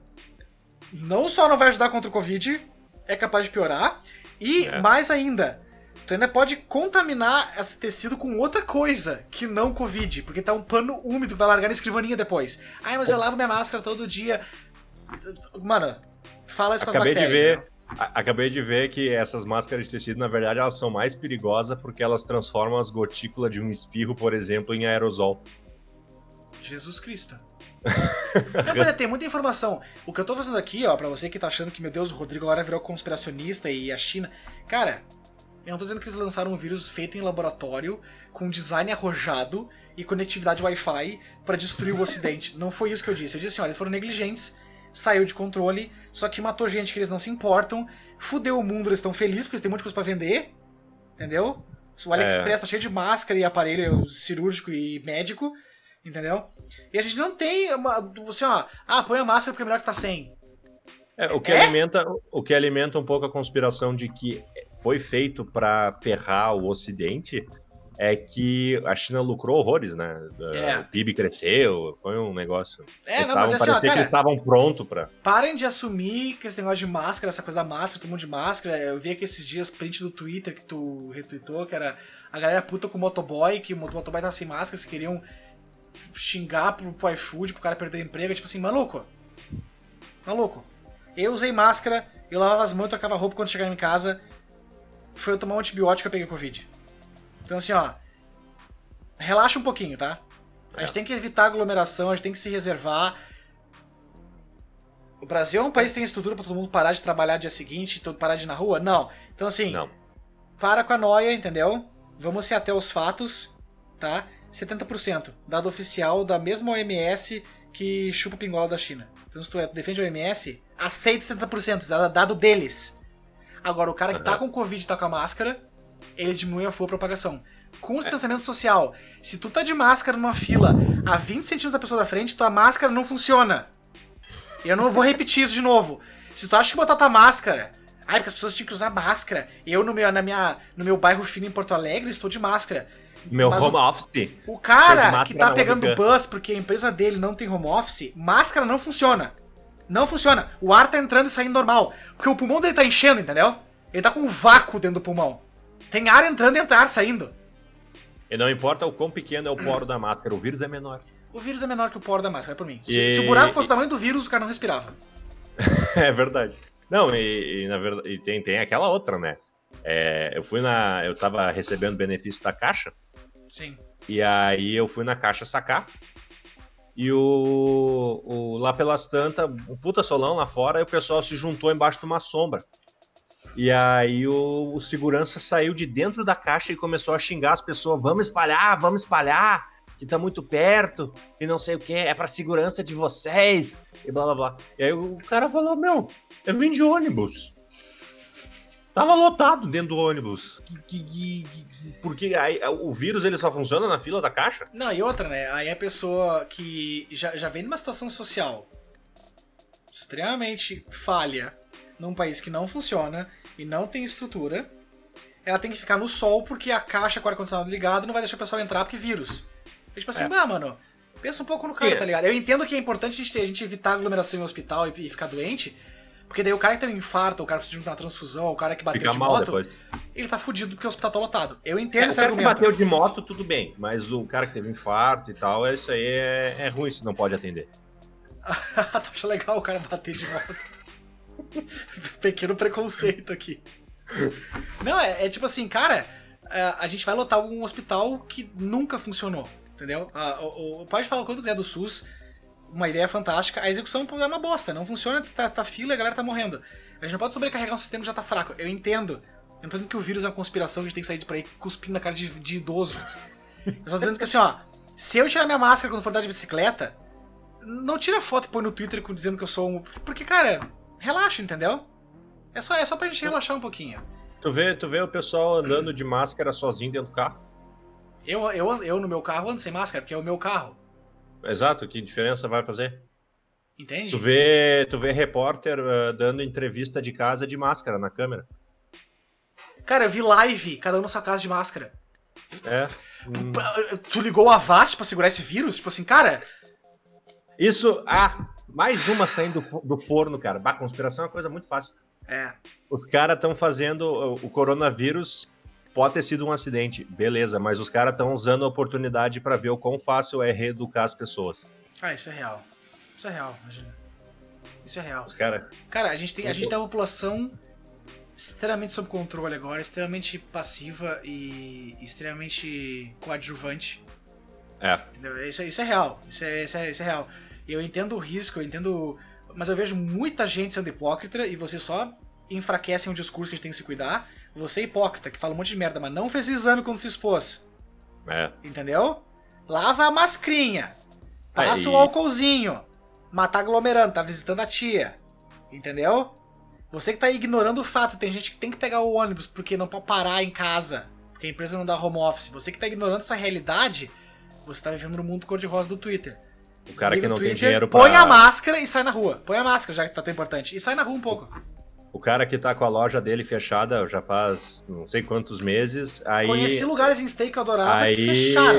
Não só não vai ajudar contra o Covid, é capaz de piorar, e É. mais ainda, tu ainda pode contaminar esse tecido com outra coisa que não Covid, porque tá um pano úmido que vai largar na escrivaninha depois. Ai, mas eu lavo minha máscara todo dia. Mano, fala isso com as Acabei de bactérias. ver, a- acabei de ver que essas máscaras de tecido, na verdade, elas são mais perigosas porque elas transformam as gotículas de um espirro, por exemplo, em aerosol. Jesus Cristo. Não, mas tem muita informação. O que eu tô fazendo aqui, ó, pra você que tá achando que, meu Deus, o Rodrigo agora virou conspiracionista e a China. Cara, eu não tô dizendo que eles lançaram um vírus feito em laboratório, com design arrojado e conectividade Wi-Fi pra destruir o Ocidente. Não foi isso que eu disse. Eu disse assim, ó, eles foram negligentes, saiu de controle, só que matou gente que eles não se importam, fudeu o mundo, eles estão felizes porque eles têm um monte de coisa pra vender, entendeu? O AliExpress tá cheio de máscara e aparelho cirúrgico e médico, entendeu? E a gente não tem uma, assim, ó, ah, põe a máscara porque é melhor que tá sem. É, o, que É? alimenta, o que alimenta um pouco a conspiração de que foi feito para ferrar o Ocidente é que a China lucrou horrores, né? É. O P I B cresceu, foi um negócio. É, Eles não, mas estavam- assim, ó, parecia que cara, eles estavam prontos pra. parem de assumir que esse negócio de máscara, essa coisa da máscara, todo mundo de máscara. Eu vi aqui esses dias print do Twitter que tu retweetou, que era a galera puta com o motoboy, que o motoboy tava sem máscara, eles queriam xingar pro, pro iFood, pro cara perder o emprego. Tipo assim, maluco. Maluco. Eu usei máscara, eu lavava as mãos e trocava roupa quando chegava em casa. Foi eu tomar um antibiótico e eu peguei Covid. Então assim, ó. Relaxa um pouquinho, tá? A gente É. tem que evitar aglomeração, a gente tem que se reservar. O Brasil é um país que tem estrutura pra todo mundo parar de trabalhar no dia seguinte, todo parar de ir na rua? Não. Então assim, Não. para com a noia, entendeu? Vamos ser até os fatos, tá? setenta por cento, dado oficial da mesma O M S que chupa pingola da China. Então se tu é, defende a O M S, aceita setenta por cento, dado deles. Agora, o cara que tá com Covid e tá com a máscara, ele diminui a sua propagação. Com o distanciamento é. social, se tu tá de máscara numa fila a vinte centímetros da pessoa da frente, tua máscara não funciona. Eu não vou repetir isso de novo. Se tu acha que botar tua máscara... Ai, porque as pessoas tinham que usar máscara. Eu, no meu, na minha, no meu bairro fino em Porto Alegre, estou de máscara. Meu Mas home o, office. O cara que tá pegando bus porque a empresa dele não tem home office, máscara não funciona. Não funciona. O ar tá entrando e saindo normal. Porque o pulmão dele tá enchendo, entendeu? Ele tá com um vácuo dentro do pulmão. Tem ar entrando e ar saindo. E não importa o quão pequeno é o poro da máscara, o vírus é menor. O vírus é menor que o poro da máscara, é por mim. Se, e... se o buraco fosse o tamanho do vírus, o cara não respirava. É verdade. Não, e, e na verdade e tem, tem aquela outra, né? É, eu fui na. Eu tava recebendo benefício da Caixa. Sim. E aí eu fui na Caixa sacar. E o, o lá pelas tantas, um puta solão lá fora, e o pessoal se juntou embaixo de uma sombra. E aí o, o segurança saiu de dentro da caixa e começou a xingar as pessoas. Vamos espalhar, vamos espalhar, que tá muito perto, e não sei o que, é pra segurança de vocês, e blá blá blá. E aí o cara falou, meu, eu vim de ônibus. Tava lotado dentro do ônibus. Que, que, que, porque aí, o vírus ele só funciona na fila da caixa? Não, e outra, né? Aí a pessoa que já, já vem de uma situação social extremamente falha, num país que não funciona e não tem estrutura, ela tem que ficar no sol porque a caixa com o ar-condicionado ligado não vai deixar o pessoal entrar porque é vírus. É tipo assim, é. ah, mano, pensa um pouco no cara, é. tá ligado? Eu entendo que é importante a gente, a gente evitar aglomeração em hospital e, e ficar doente, porque daí o cara que tem um infarto, o cara que precisa de uma transfusão, o cara que bateu Fica de moto, depois. ele tá fudido porque o hospital tá lotado. Eu entendo é, esse o cara argumento. que bateu de moto, tudo bem, mas o cara que teve um infarto e tal, isso aí é, é ruim se não pode atender. Tu acha legal o cara bater de moto? Pequeno preconceito aqui. Não, é, é tipo assim, cara, a, a gente vai lotar um hospital que nunca funcionou, entendeu? A, o, o, pode falar o quanto quiser do SUS, uma ideia fantástica, a execução é uma bosta, não funciona, tá, tá fila e a galera tá morrendo. A gente não pode sobrecarregar um sistema que já tá fraco, eu entendo. Eu não tô dizendo que o vírus é uma conspiração, a gente tem que sair de por aí cuspindo na cara de, de idoso. Eu só tô dizendo que assim, ó, se eu tirar minha máscara quando for andar de bicicleta, não tira foto e põe no Twitter dizendo que eu sou um... Porque, cara, relaxa, entendeu? É só, é só pra gente relaxar um pouquinho. Tu vê, tu vê o pessoal andando de máscara sozinho dentro do carro? Eu, eu, eu no meu carro ando sem máscara, porque é o meu carro. Exato, que diferença vai fazer? Entende? Tu vê, tu vê repórter uh, dando entrevista de casa de máscara na câmera. Cara, eu vi live, cada um na sua casa de máscara. É. Hum. Tu ligou o Avast pra segurar esse vírus? Tipo assim, cara... Isso, ah, mais uma saindo do forno, cara. Bah, conspiração é uma coisa muito fácil. É. Os caras estão fazendo o coronavírus, pode ter sido um acidente, beleza, mas os caras estão usando a oportunidade para ver o quão fácil é reeducar as pessoas. Ah, isso é real. Isso é real, imagina. Isso é real. Os cara... cara, a gente tem, a gente tem uma população extremamente sob controle agora, extremamente passiva e extremamente coadjuvante. É. Isso, isso é real. Isso é, isso, é, isso é real. Eu entendo o risco, eu entendo... Mas eu vejo muita gente sendo hipócrita e vocês só enfraquecem o discurso que a gente tem que se cuidar. Você é hipócrita, que fala um monte de merda, mas não fez o exame quando se expôs. É. Entendeu? Lava a mascrinha. Passa Aí. o álcoolzinho. Mas tá aglomerando, tá visitando a tia. Entendeu? Você que tá ignorando o fato, tem gente que tem que pegar o ônibus porque não pode parar em casa, porque a empresa não dá home office. Você que tá ignorando essa realidade, você tá vivendo no mundo cor-de-rosa do Twitter. O cara que não Twitter, tem dinheiro pra... Põe a máscara e sai na rua. Põe a máscara, já que tá tão importante. E sai na rua um pouco. O cara que tá com a loja dele fechada já faz não sei quantos meses. Aí... Conheci lugares em Stay que eu adorava aí... que fecharam.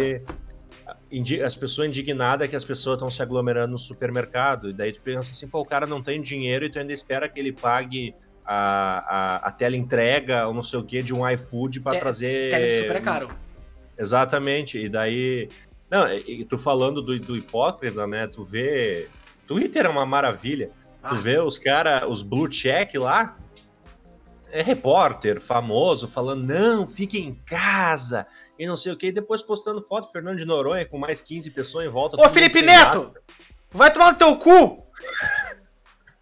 As pessoas indignadas que as pessoas estão se aglomerando no supermercado. E daí tu pensa assim, pô, o cara não tem dinheiro e tu ainda espera que ele pague a, a, a tela entrega ou não sei o que de um iFood pra Te, trazer... Tela de super é caro. Exatamente. E daí... Não, e tu falando do, do hipócrita, né? Tu vê... Twitter é uma maravilha. Ah. Tu vê os caras, os blue check lá, é repórter famoso falando, não, fique em casa, e não sei o que, e depois postando foto Fernando de Noronha com mais quinze pessoas em volta. Ô, Felipe Neto! Nada. Vai tomar no teu cu!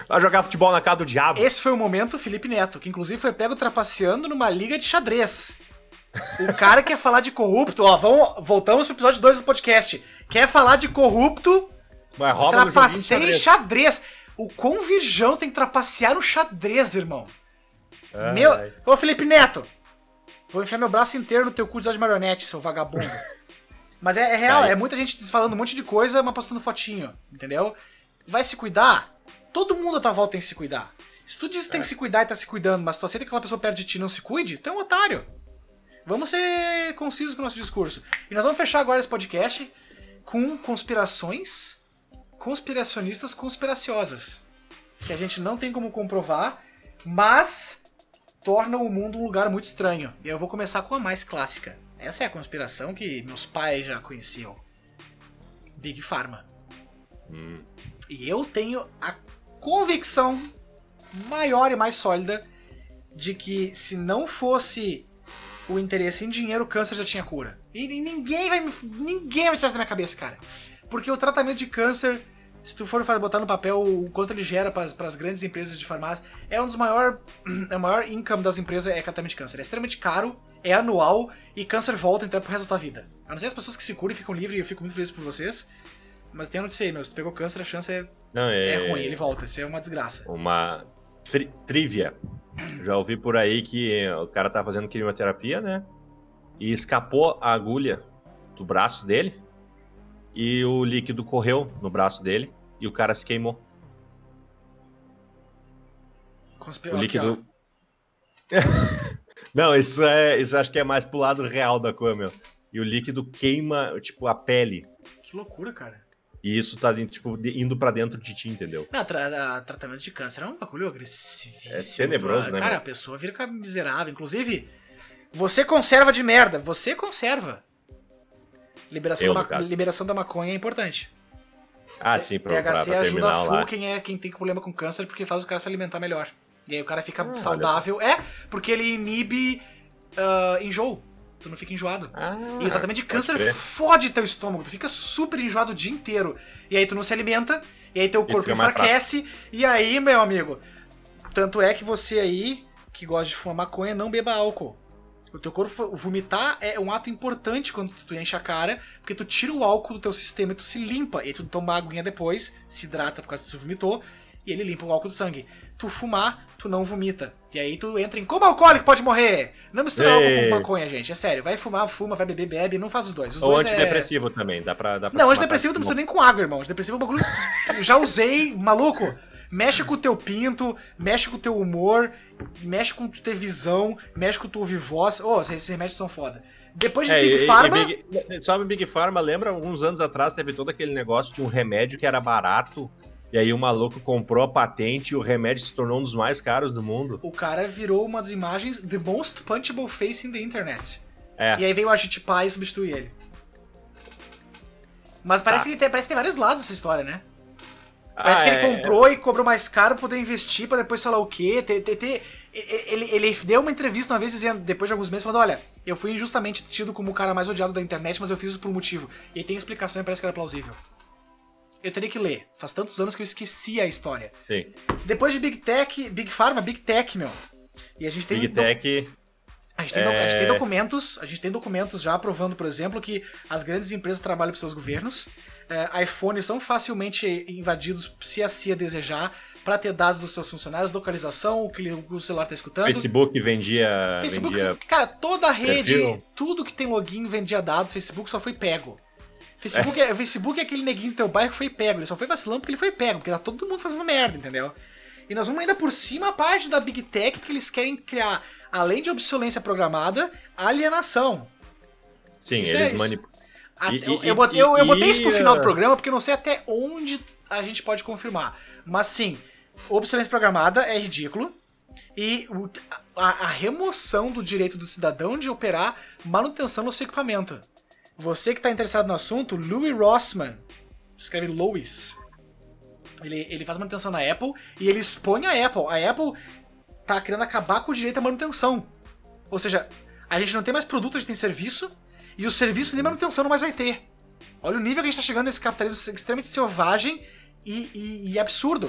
Vai jogar futebol na casa do diabo. Esse foi o momento Felipe Neto, que inclusive foi pego trapaceando numa liga de xadrez. O cara quer falar de corrupto, ó, vamos, voltamos pro episódio dois do podcast. Quer falar de corrupto, Mas rouba no joguinho de trapaceia em xadrez. xadrez. O quão virgão tem que trapacear no xadrez, irmão? Ai, Meu... ai. Ô, Felipe Neto, vou enfiar meu braço inteiro no teu cu de marionete, seu vagabundo. Mas é, é real, Ai. é muita gente falando um monte de coisa, mas postando fotinho, entendeu? Vai se cuidar? Todo mundo à tua volta tem que se cuidar. Se tu diz que tem É. que se cuidar e tá se cuidando, mas tu aceita que aquela pessoa perto de ti não se cuide, tu é um otário. Vamos ser concisos com o nosso discurso. E nós vamos fechar agora esse podcast com conspirações conspiracionistas conspiraciosas. Que a gente não tem como comprovar, mas tornam o mundo um lugar muito estranho. E eu vou começar com a mais clássica. Essa é a conspiração que meus pais já conheciam. Big Pharma. Hum. E eu tenho a convicção maior e mais sólida de que se não fosse o interesse em dinheiro, o câncer já tinha cura. E ninguém vai me, ninguém vai tirar isso da minha cabeça, cara. Porque o tratamento de câncer, se tu for botar no papel o quanto ele gera para as grandes empresas de farmácia, é um dos maiores, é o maior income das empresas é tratamento de câncer. É extremamente caro, é anual e câncer volta então é pro resto da tua vida. A não ser as pessoas que se curam e ficam livres, e eu fico muito feliz por vocês. Mas tem a notícia aí, meu, se tu pegou câncer, a chance é, Não, é, é ruim, ele volta, isso é uma desgraça. Uma tri trivia. Já ouvi por aí que o cara tá fazendo quimioterapia, né? E escapou a agulha do braço dele e o líquido correu no braço dele e o cara se queimou. Conspi... O aqui, líquido... Não, isso é, isso acho que é mais pro lado real da coisa, meu. E o líquido queima, tipo, a pele. ó. Que loucura, cara. E isso tá, tipo, de- indo pra dentro de ti, entendeu? Não, tra a- tratamento de câncer é um bagulho agressivíssimo. É tenebroso, né, Cara, meu? a pessoa vira miserável. Inclusive, você conserva de merda. Você conserva. Liberação, Eu, da, no ma caso. liberação da maconha é importante. Ah, sim, pra, pra, T H C pra ajuda terminar full lá. quem, é, quem tem problema com câncer porque faz o cara se alimentar melhor. E aí o cara fica Ah, saudável. É, porque ele inibe ah, enjoo. Tu não fica enjoado. Ah, E o tratamento de pode câncer crer. fode teu estômago, tu fica super enjoado o dia inteiro. E aí tu não se alimenta, e aí teu corpo fica mais enfraquece, e aí, meu amigo, tanto é que você aí, que gosta de fumar maconha, não beba álcool. O teu corpo vomitar é um ato importante quando tu enche a cara, porque tu tira o álcool do teu sistema e tu se limpa, e aí tu toma uma aguinha depois, se hidrata por causa que tu vomitou, e ele limpa o álcool do sangue. Tu fumar, tu não vomita. E aí tu entra em como alcoólico pode morrer. Não mistura álcool Ei. com maconha, gente. É sério. Vai fumar, fuma, vai beber, bebe. Não faz os dois. Os Ou dois antidepressivo também, dá pra, dá É... pra Não, se antidepressivo tu matar. não mistura nem com água, irmão. Antidepressivo é um bagulho... Eu já usei, maluco. Mexe com o teu pinto, mexe com o teu humor, mexe com tu ter visão, mexe com tu ouvir voz. Ô, oh, esses remédios são foda. Depois de É, Big e- Pharma... e Big, sabe, Big Pharma, lembra alguns anos atrás teve todo aquele negócio de um remédio que era barato, e aí o maluco comprou a patente e o remédio se tornou um dos mais caros do mundo. O cara virou uma das imagens The Most Punchable Face in the Internet. É, E aí veio o Agite Pai e substituir ele. Mas parece, Tá. que tem, parece que tem vários lados essa história, né? Parece Ah, que ele é, comprou e cobrou mais caro pra poder investir pra depois sei lá o quê. Ter, ter, ter- ele, ele deu uma entrevista uma vez dizendo, depois de alguns meses, falando: olha, eu fui injustamente tido como o cara mais odiado da internet, mas eu fiz isso por um motivo. E aí tem explicação e parece que era plausível. Eu teria que ler. Faz tantos anos que eu esqueci a história. Sim. Depois de Big Tech, Big Pharma, Big Tech, meu. E a gente tem Big do- Tech, a gente, tem, do- a gente tem É. documentos, a gente tem documentos já provando, por exemplo, que as grandes empresas trabalham para seus governos. É, iPhones são facilmente invadidos, se a C I A desejar, para ter dados dos seus funcionários, localização, o que o celular está escutando. Facebook vendia, Facebook, vendia cara, toda a rede, perfil. tudo que tem login vendia dados, Facebook só foi pego. Facebook é, Facebook é aquele neguinho do teu bairro que foi pego, ele só foi vacilando porque ele foi pego, porque tá todo mundo fazendo merda, entendeu? E nós vamos ainda por cima a parte da Big Tech que eles querem criar, além de obsolência programada, alienação. Sim, Isso é eles isso. manipulam. Até- E- eu, e- eu botei, eu, eu e- botei isso pro final do e- programa porque eu não sei até onde a gente pode confirmar. Mas sim, obsolescência programada é ridículo. E o- a, a remoção do direito do cidadão de operar manutenção no seu equipamento. Você que está interessado no assunto, Louis Rossmann, escreve Louis. Ele, ele faz manutenção na Apple e ele expõe a Apple. A Apple tá querendo acabar com o direito à manutenção. Ou seja, a gente não tem mais produto, a gente tem serviço. E o serviço nem manutenção não mais vai ter. Olha o nível que a gente tá chegando nesse capitalismo extremamente selvagem e, e- e absurdo.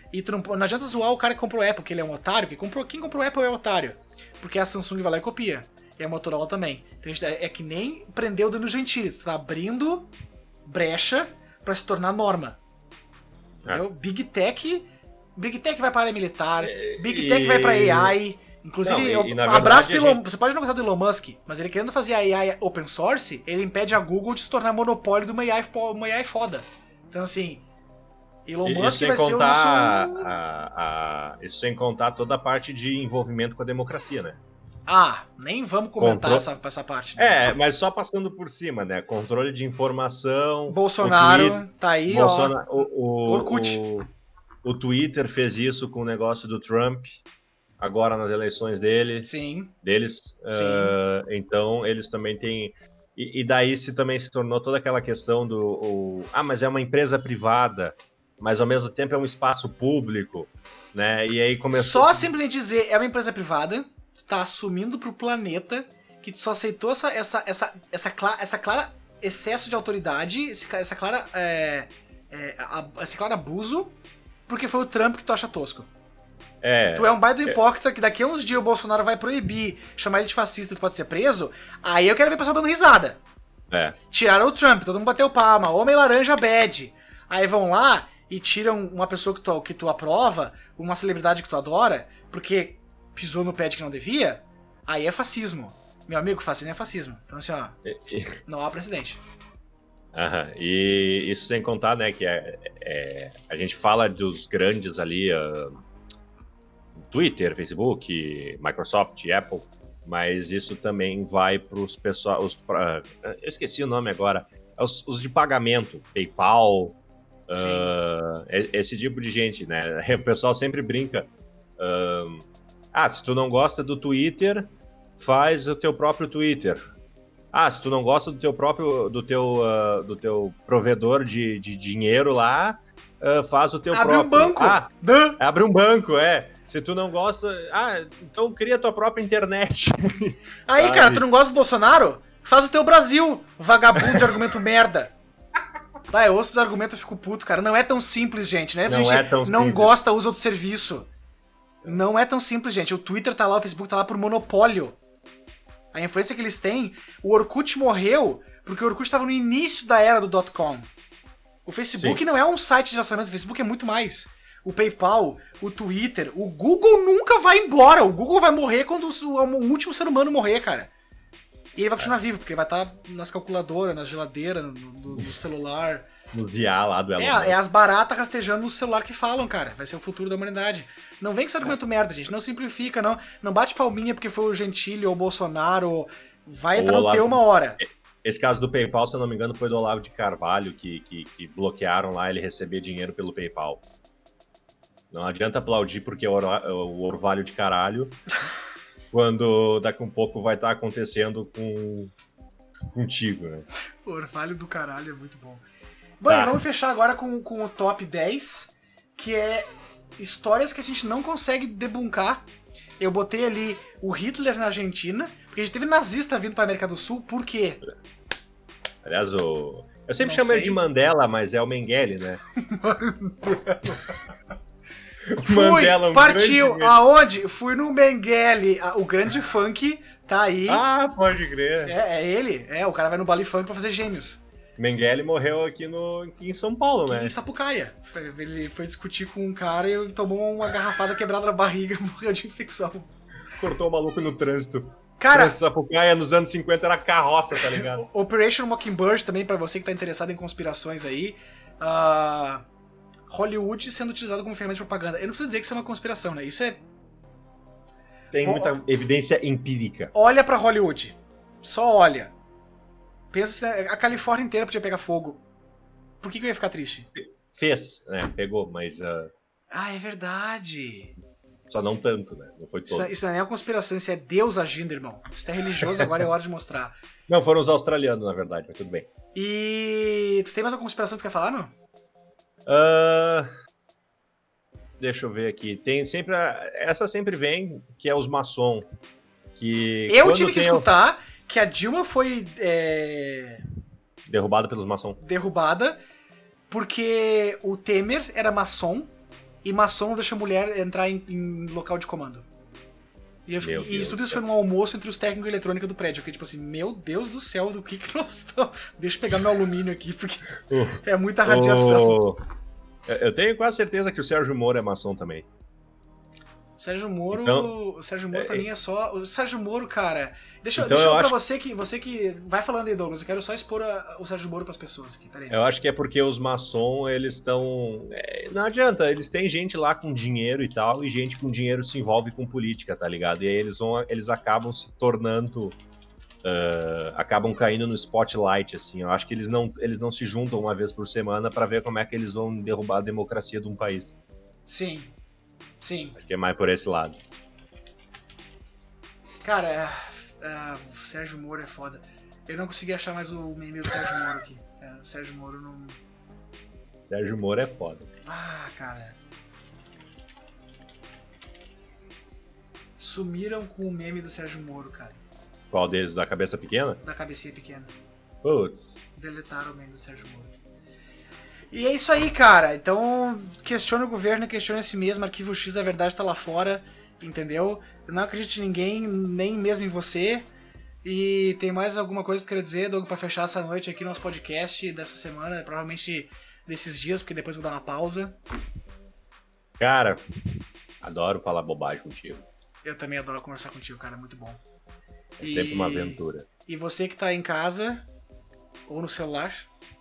E tu não, não adianta zoar o cara que comprou Apple, que ele é um otário, porque comprou, quem comprou Apple é otário. Porque a Samsung vai lá e copia. E a Motorola também. Então, é que nem prender o Danilo Gentili. Tu tá abrindo brecha pra se tornar norma. Entendeu? É. Big Tech... Big Tech vai para a área militar. Big e... Tech vai pra A I. Inclusive, não, e, e abraço pelo... Gente... Você pode não gostar do Elon Musk, mas ele querendo fazer a A I open source, ele impede a Google de se tornar monopólio de uma A I, uma A I foda. Então, assim... Elon Musk vai ser o nosso... A, a, isso sem contar toda a parte de envolvimento com a democracia, né? Ah, nem vamos comentar Contro... essa, essa parte. Né? É, mas só passando por cima, né? Controle de informação... Bolsonaro, Twitter, tá aí, Bolsonaro, ó. O, o, Orkut. O, o Twitter fez isso com o negócio do Trump, agora nas eleições dele, Sim. deles. Sim. Uh, então, eles também têm... E, e daí se também se tornou toda aquela questão do... O, ah, mas é uma empresa privada... mas ao mesmo tempo é um espaço público, né? E aí começou... Só simplesmente dizer, é uma empresa privada, tu tá assumindo pro planeta que tu só aceitou essa, essa, essa, essa, clara, essa clara excesso de autoridade, esse, essa clara, é, é, a, esse claro abuso, porque foi o Trump que tu acha tosco. É, tu é um baita hipócrita que daqui a uns dias o Bolsonaro vai proibir chamar ele de fascista e tu pode ser preso, aí eu quero ver o pessoal dando risada. É. Tiraram o Trump, todo mundo bateu palma, homem laranja bad. Aí vão lá... e tiram uma pessoa que tu, que tu aprova, uma celebridade que tu adora, porque pisou no pé de que não devia, aí é fascismo. Meu amigo, fascismo é fascismo. Então assim, ó, e, e... não há precedente. Aham, e isso sem contar, né, que é, é, a gente fala dos grandes ali, uh, Twitter, Facebook, Microsoft, Apple, mas isso também vai pros pessoal, pra, eu esqueci o nome agora, os, os de pagamento, PayPal... Uh, esse tipo de gente, né? O pessoal sempre brinca. Uh, ah, se tu não gosta do Twitter, faz o teu próprio Twitter. Ah, se tu não gosta do teu próprio, do teu, uh, do teu provedor de, de dinheiro lá, uh, faz o teu abre próprio. Abre um banco. Ah, Duh. abre um banco, é. Se tu não gosta, ah, então cria a tua própria internet. Aí, sabe? Cara, tu não gosta do Bolsonaro? Faz o teu Brasil, vagabundo de argumento merda. Vai, eu ouço os argumentos e fico puto, cara. Não é tão simples, gente, né? Não gente é tão não simples. gosta, usa outro serviço. Não é tão simples, gente. O Twitter tá lá, o Facebook tá lá por monopólio. A influência que eles têm... O Orkut morreu porque o Orkut tava no início da era do dot-com. O Facebook Sim. não é um site de lançamento, o Facebook é muito mais. O PayPal, o Twitter, o Google nunca vai embora. O Google vai morrer quando o último ser humano morrer, cara. E ele vai continuar é. vivo, porque ele vai estar nas calculadoras, na geladeira, no, no, no celular. No V A lá do Elon Musk. É, é as baratas rastejando no celular que falam, cara. Vai ser o futuro da humanidade. Não vem com esse argumento é. merda, gente. Não simplifica, não. Não bate palminha porque foi o Gentili ou o Bolsonaro. Vai entrar no teu uma hora. Esse caso do PayPal, se eu não me engano, foi do Olavo de Carvalho que, que, que bloquearam lá ele receber dinheiro pelo PayPal. Não adianta aplaudir porque é o orvalho de caralho. Quando daqui um pouco vai estar acontecendo com contigo, né? O orvalho do caralho é muito bom. Bom, tá. Vamos fechar agora com, com o top dez, que é histórias que a gente não consegue debuncar. Eu botei ali o Hitler na Argentina, porque a gente teve nazista vindo pra América do Sul, por quê? Aliás, o... eu sempre não chamo sei. ele de Mandela, mas é o Mengele, né? Fui, Mandela, um partiu, grande... aonde? Fui no Mengele, o grande funk tá aí. Ah, pode crer. É, é ele, é, o cara vai no baile funk pra fazer gêmeos. Mengele morreu aqui, no, aqui em São Paulo, aqui né? Em Sapucaia. Ele foi discutir com um cara e tomou uma garrafada quebrada na barriga e morreu de infecção. Cortou o maluco no trânsito. Cara, o Sapucaia nos anos cinquenta era carroça, tá ligado? Operation Mockingbird também, pra você que tá interessado em conspirações aí. Uh, Hollywood sendo utilizado como ferramenta de propaganda. Eu não preciso dizer que isso é uma conspiração, né? Isso é... Tem muita o... evidência empírica. Olha pra Hollywood. Só olha. Pensa, a Califórnia inteira podia pegar fogo. Por que, que eu ia ficar triste? Fez, né? Pegou, mas... Uh... Ah, é verdade. Só não tanto, né? Não foi todo. Isso, isso não é uma conspiração, isso é Deus agindo, irmão. Isso é religioso, agora é hora de mostrar. Não, foram os australianos, na verdade, mas tudo bem. E... Tu tem mais uma conspiração que tu quer falar, não? Uh... Deixa eu ver aqui. Tem sempre... A... Essa sempre vem, que é os maçom. Que eu tive que escutar... O... que a Dilma foi é... derrubada pelos maçons. Derrubada porque o Temer era maçom e maçom não deixa mulher entrar em, em local de comando. E, eu, Meu e Deus isso tudo isso Deus. foi num almoço entre os técnicos de eletrônica do prédio. Eu fiquei tipo assim, meu Deus do céu, do que que nós estamos... Deixa eu pegar meu alumínio aqui, porque Uh, é muita radiação. o- Eu tenho quase certeza que o Sérgio Moro é maçom também. O Sérgio Moro, Então, o Sérgio Moro é, pra mim é só... O Sérgio Moro, cara... Deixa, Então deixa eu eu pra acho- você que, você que... Vai falando aí, Douglas. Eu quero só expor a- o Sérgio Moro pras pessoas aqui. Peraí. Eu acho que é porque os maçom, eles estão... é, não adianta, eles têm gente lá com dinheiro e tal, e gente com dinheiro se envolve com política, tá ligado? E aí eles, vão, eles acabam se tornando... Uh, acabam caindo no spotlight, assim. Eu acho que eles não, eles não se juntam uma vez por semana pra ver como é que eles vão derrubar a democracia de um país. Sim. Sim. Acho que é mais por esse lado. Cara, é, é, o Sérgio Moro é foda. Eu não consegui achar mais o meme do Sérgio Moro aqui. É, o Sérgio Moro não... Sérgio Moro é foda. Ah, cara. Sumiram com o meme do Sérgio Moro, cara. Qual deles? Da cabeça pequena? Da cabecinha pequena. Putz. Deletaram o meme do Sérgio Moro. E é isso aí, cara. Então, questione o governo, questione a si mesmo. Arquivo X, a verdade tá lá fora. Entendeu? Não acredite em ninguém, nem mesmo em você. E tem mais alguma coisa que eu queria dizer, Doug, pra fechar essa noite aqui no nosso podcast dessa semana, provavelmente desses dias, porque depois eu vou dar uma pausa. Cara, adoro falar bobagem contigo. Eu também adoro conversar contigo, cara, é muito bom. É sempre uma aventura. E você que tá em casa, ou no celular,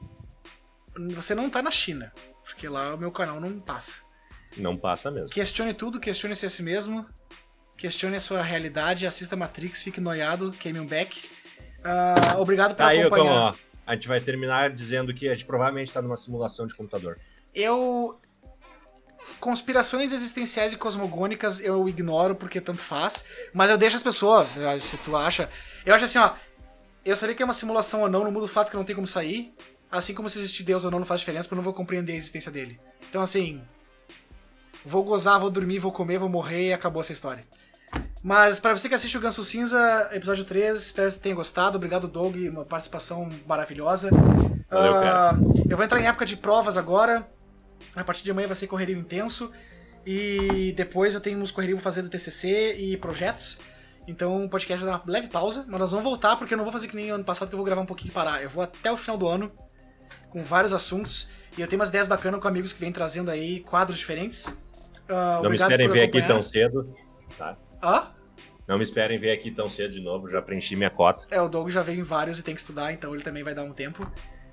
você não tá na China, porque lá o meu canal não passa. Não passa mesmo. Questione tudo, questione-se a si mesmo, questione a sua realidade, assista Matrix, fique noiado, queime um beck. Uh, obrigado por Tá aí, acompanhar. como, ó, a gente vai terminar dizendo que a gente provavelmente tá numa simulação de computador. Eu... Conspirações existenciais e cosmogônicas eu ignoro porque tanto faz, mas eu deixo as pessoas, se tu acha... Eu acho assim, ó, eu saber que é uma simulação ou não não muda o fato que não tem como sair, assim como se existir Deus ou não não faz diferença, porque eu não vou compreender a existência dele. Então assim, vou gozar, vou dormir, vou comer, vou morrer e acabou essa história. Mas pra você que assiste o Ganso Cinza, episódio três, espero que você tenha gostado. Obrigado, Doug, uma participação maravilhosa. Valeu, cara. Uh, eu vou entrar em época de provas agora. A partir de amanhã vai ser correrio intenso. E depois eu tenho uns correrios pra fazer do T C C e projetos. Então o podcast vai dar uma leve pausa, mas nós vamos voltar porque eu não vou fazer que nem ano passado que eu vou gravar um pouquinho e parar. Eu vou até o final do ano com vários assuntos. E eu tenho umas ideias bacanas com amigos que vêm trazendo aí quadros diferentes. Uh, Não me esperem ver aqui tão cedo, tá? Hã? Não me esperem ver aqui tão cedo de novo, já preenchi minha cota. É, o Doug já veio em vários e tem que estudar, então ele também vai dar um tempo.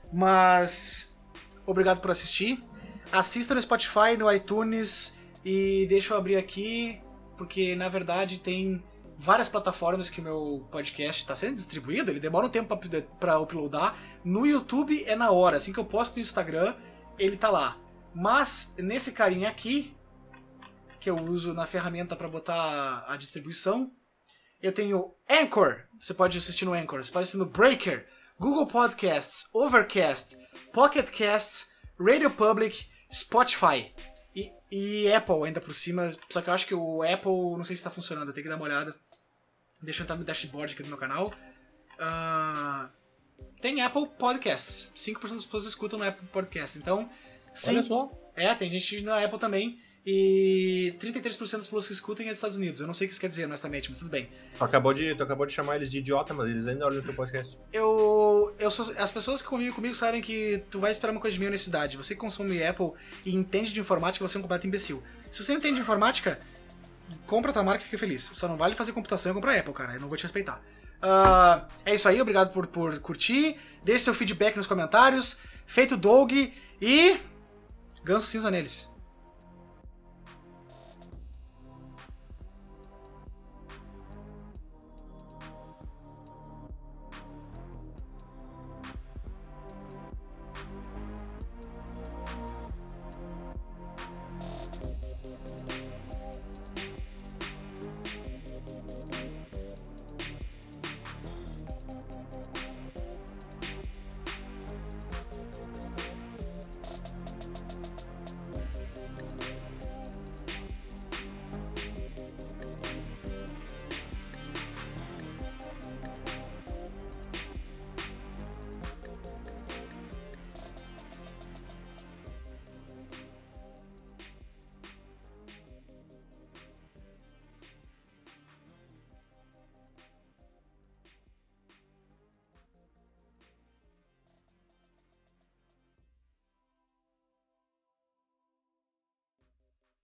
Mas obrigado por assistir. Assista no Spotify, no iTunes e deixa eu abrir aqui, porque na verdade tem várias plataformas que o meu podcast está sendo distribuído, ele demora um tempo para uploadar. No YouTube é na hora, assim que eu posto no Instagram, ele tá lá. Mas nesse carinha aqui, que eu uso na ferramenta para botar a distribuição, eu tenho Anchor, você pode assistir no Anchor, você pode assistir no Breaker, Google Podcasts, Overcast, Pocket Casts, Radio Public, Spotify e, e Apple ainda por cima, só que eu acho que o Apple, não sei se está funcionando, eu tenho que dar uma olhada. Deixa eu entrar no dashboard aqui do meu canal. Uh, tem Apple Podcasts, cinco por cento das pessoas escutam no Apple Podcasts, então sim, Olha só. É, tem gente na Apple também. E trinta e três por cento das pessoas que escutam é dos Estados Unidos. Eu não sei o que isso quer dizer, honestamente, mas tudo bem. Tu acabou de, tu acabou de chamar eles de idiota, mas eles ainda olham o teu podcast. Eu, eu sou, as pessoas que convivem comigo sabem que tu vai esperar uma coisa de minha honestidade. Você que consome Apple e entende de informática, você é um completo imbecil. Se você não entende de informática, compra tua marca e fica feliz. Só não vale fazer computação e comprar Apple, cara. Eu não vou te respeitar. Uh, é isso aí, obrigado por, por curtir. Deixe seu feedback nos comentários. Feito Doug e... Ganso Cinza neles.